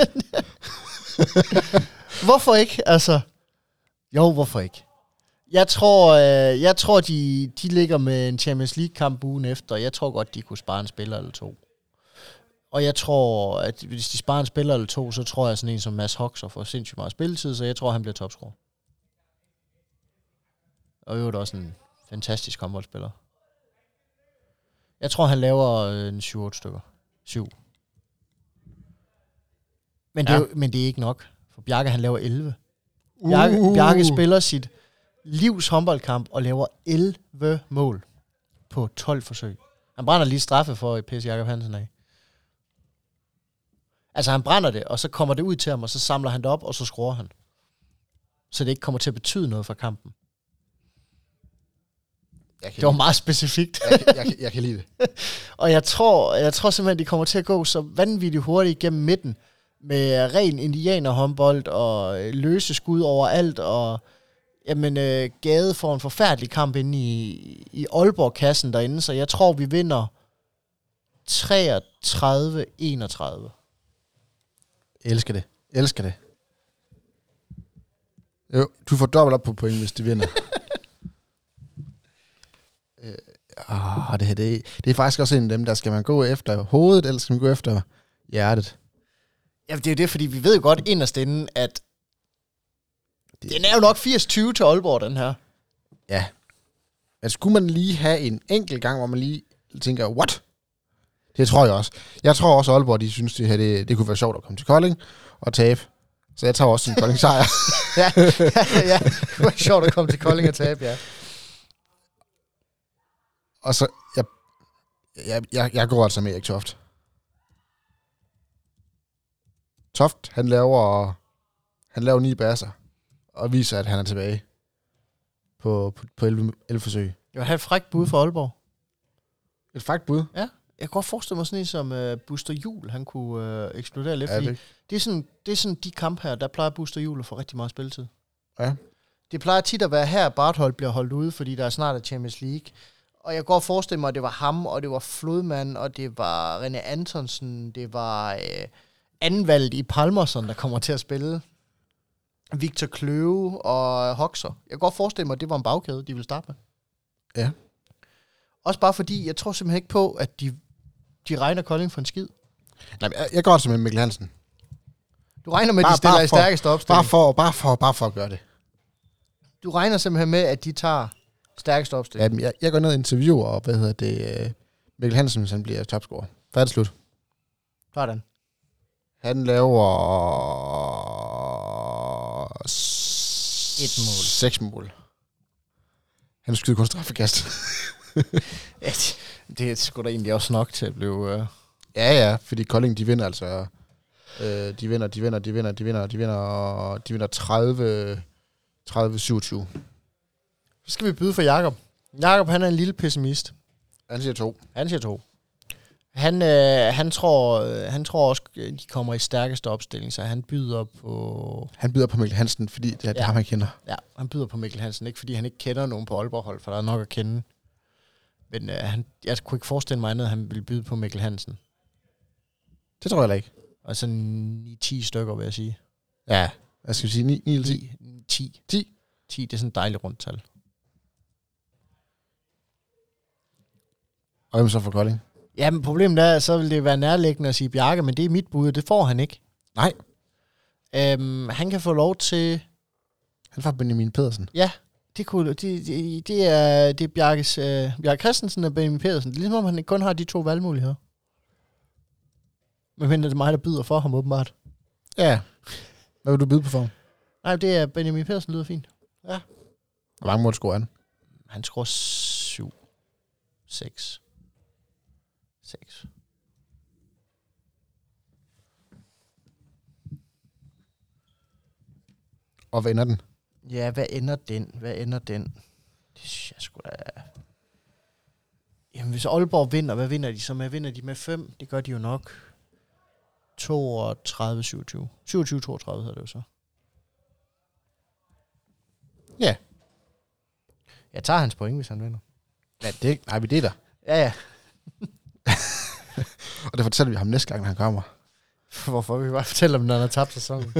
Hvorfor ikke? Altså... Jo, hvorfor ikke? Jeg tror, øh, jeg tror de, de ligger med en Champions League-kamp ugen efter. Jeg tror godt, de kunne spare en spiller eller to. Og jeg tror, at hvis de sparer en spiller eller to, så tror jeg sådan en som Mads Hoxer får sindssygt meget spilletid, så jeg tror, han bliver topscorer. Og i øvrigt også en fantastisk håndboldspiller. Jeg tror, han laver en syv otte stykker. syv. Men det, ja. er jo, men det er ikke nok. For Bjarke, han laver elleve. Bjarke, uh. Bjarke spiller sit livs håndboldkamp og laver elleve mål på tolv forsøg. Han brænder lige straffe for at pisse Jakob Hansen af. Altså han brænder det, og så kommer det ud til ham, og så samler han det op, og så skruer han. Så det ikke kommer til at betyde noget for kampen. Det var meget specifikt. jeg, jeg, jeg, jeg kan lide det. Og jeg tror, jeg tror simpelthen, de kommer til at gå så vanvittigt hurtigt gennem midten, med ren indianerhåndbold og løse skud overalt, og jamen, øh, Gade får en forfærdelig kamp inde i, i Aalborg-kassen derinde, så jeg tror, vi vinder treogtredive enogtredive. Elsker det. Elsker det. Jo, du får dobbelt op på point, hvis de vinder. øh, åh, det, her, det, det er faktisk også en af dem, der skal man gå efter hovedet, eller skal man gå efter hjertet. Ja, det er jo det, fordi vi ved jo godt inderst inden, at det, den er jo nok firs tyve til Aalborg, den her. Ja. Men skulle man lige have en enkelt gang, hvor man lige tænker, what? Det tror jeg også. Jeg tror også, at Aalborg, de synes, det her det, det kunne være sjovt at komme til Kolding. og tabe. Så jeg tager også en Kolding sejr. ja, ja, ja. Det var sjovt at komme til Kolding og tabe, ja. Og så, jeg, jeg, jeg, jeg går altså med Erik Toft. Toft, han laver, han laver ni basser, og viser, at han er tilbage på, på, på elleve, elleve forsøg. Jeg vil have et frækt bud for Aalborg. Et frækt bud? Ja, jeg kan godt forestille mig sådan en som uh, Buster Juhl, han kunne uh, eksplodere lidt, Ja, fordi det. det er, sådan, det er sådan de kampe her, der plejer Buster Juhl at få rigtig meget spilletid. Ja. Det plejer tit at være her, Barthold bliver holdt ude, fordi der er snart er Champions League. Og jeg kan godt forestille mig, at det var ham, og det var Flodman, og det var René Antonsen, det var øh, anvalgt i Palmerson, der kommer til at spille. Victor Kløve og Hoxer. Jeg kan godt forestille mig, at det var en bagkæde, de ville starte med. Ja. Også bare fordi, jeg tror simpelthen ikke på, at de, de regner Kolding for en skid. Nej, jeg, jeg går altså med Mikkel Hansen. Du regner med, at Bare- de stiller bare i for- stærkeste opstilling. Bare for, bare for, bare for at gøre det. Du regner simpelthen med, at de tager stærkeste opstilling. Jamen, jeg, jeg går ned og interviewer, og hvad hedder det, uh, Mikkel Hansen, hvis han bliver topscorer. Færdig slut. Sådan. Han laver... Et mål. Seks mål. Han skyder kun straffekast. Ja, det er sgu da egentlig også nok til at blive... Uh... Ja, ja, fordi Kolding, de vinder altså... Øh, de vinder, de vinder, de vinder, de vinder, de vinder, de vinder tredive, tredive syvogtyve. Så skal vi byde for Jakob. Jakob, han er en lille pessimist. Han siger to. Han siger to. Han, øh, han, tror, øh, han tror også, de kommer i stærkeste opstilling, så han byder på... Han byder på Mikkel Hansen, fordi det er det, Ja. ham, han kender. Ja, han byder på Mikkel Hansen, ikke fordi han ikke kender nogen på Aalborg-hold, for der er nok at kende. Men øh, han, jeg kunne ikke forestille mig andet, at han ville byde på Mikkel Hansen. Det tror jeg heller ikke. Og sådan ni ti stykker, vil jeg sige. Ja. Jeg skal sige ni, ni eller ti. ti. ti. ti, det er sådan et dejligt rundt tal. Og hvem så for Kolding? Ja, men problemet er, at så vil det være nærliggende at sige Bjarke, men det er mit bud, det får han ikke. Nej. Øhm, han kan få lov til... Han får Benjamin Pedersen. Ja, det, kunne, det, det, det er, det er Bjarkes, øh, Bjarke Christensen og Benjamin Pedersen. Det er ligesom om, han kun har de to valgmuligheder. Men det er mig, der byder for ham, åbenbart. Ja. Hvad vil du byde på for ham? Nej, det er Benjamin Pedersen, lyder fint. Ja. Hvor mange mål scorer han? Han scorer syv. seks. seks. Og hvad ender den? Ja, hvad ender den? Hvad ender den? Det synes jeg sgu da... Jamen, hvis Aalborg vinder, hvad vinder de så med? Vinder de med fem? Det gør de jo nok. toogtredive syvogtyve. syvogtyve toogtredive hedder det jo så. Ja. Jeg tager hans point, hvis han vinder. Ja, det nej, vi deler. Ja, ja. Og det fortæller vi ham næste gang, når han kommer. Hvorfor? Vi bare fortælle om, når han har tabt sæsonen.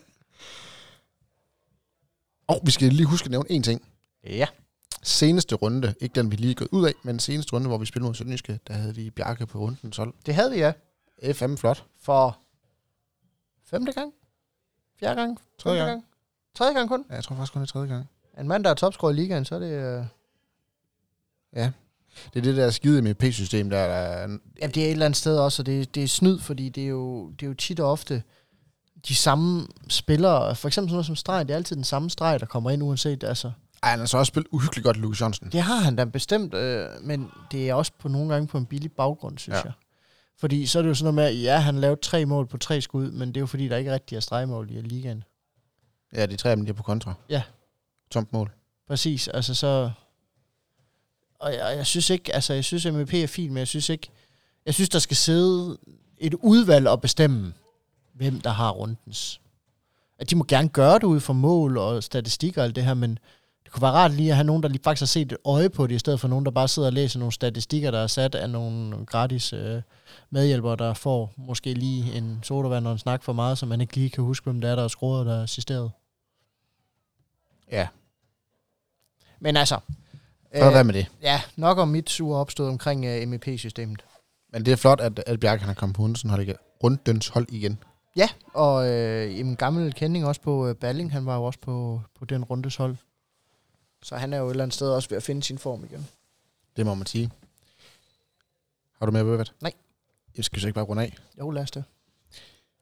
Og vi skal lige huske at nævne en ting. Ja. Seneste runde, ikke den vi lige er gået ud af, men seneste runde, hvor vi spillede mod Sønderjyske, der havde vi Bjarke på rundens hold. Det havde vi, ja. F M flot. For femte gang? Fjerde gang? Tredje Femte gang. Tredje gang kun? Ja, jeg tror faktisk kun det er tredje gang. En mand, der er topscorer i ligaen, så er det... Øh... Ja. Det er det der skide med P-system, der er... Ja, det er et eller andet sted også, og det, det er snyd, fordi det er, jo, det er jo tit og ofte de samme spillere. For eksempel sådan noget som streg, det er altid den samme streg, der kommer ind uanset, altså... Ej, han har så også spillet uhyggeligt godt, Lukas Jørgensen. Det har han da bestemt, øh, men det er også på nogle gange på en billig baggrund, synes Ja. jeg. Fordi så er det jo sådan noget med, at ja, han lavede tre mål på tre skud, men det er jo fordi, der ikke rigtig er stregmål i ligaen. Ja, de tre af dem, de er på kontra. Ja. Tomt mål. Præcis, altså så... Og jeg, jeg synes ikke, altså jeg synes M V P er fint, men jeg synes ikke... Jeg synes, der skal sidde et udvalg og bestemme, hvem der har rundens. At de må gerne gøre det ud for mål og statistikker og alt det her, men det kunne være rart lige at have nogen, der lige faktisk har set et øje på det, i stedet for nogen, der bare sidder og læser nogle statistikker, der er sat af nogle gratis øh, medhjælpere, der får måske lige en sodavand og en snak for meget, så man ikke lige kan huske, hvem det er, der er skruet og der er assisteret. Ja. Men altså... Fred være med det. Ja, nok om mit sure opstød omkring uh, M V P-systemet. Men det er flot, at, at Bjarke han er kommet på rundens hold igen. Rundens hold igen. Ja, og øh, en gammel kending også på øh, Balling, han var jo også på, på den rundes hold. Så han er jo et eller andet sted også ved at finde sin form igen. Det må man sige. Har du mere, Bøbert? Nej. Jeg skal så ikke bare runde af. Jo, lad os det.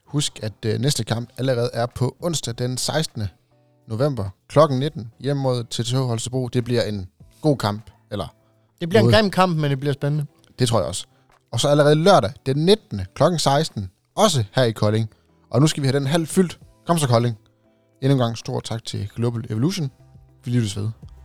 Husk, at øh, næste kamp allerede er på onsdag den sekstende november klokken nitten hjemme mod T T H Holstebro. Det bliver en god kamp, eller... Det bliver noget. en grim kamp, men det bliver spændende. Det tror jeg også. Og så allerede lørdag den nittende klokken seksten også her i Kolding. Og nu skal vi have den halv fyldt. Kom så, Kolding. Endnu en gang stor tak til Global Evolution. Vi lyttes ved.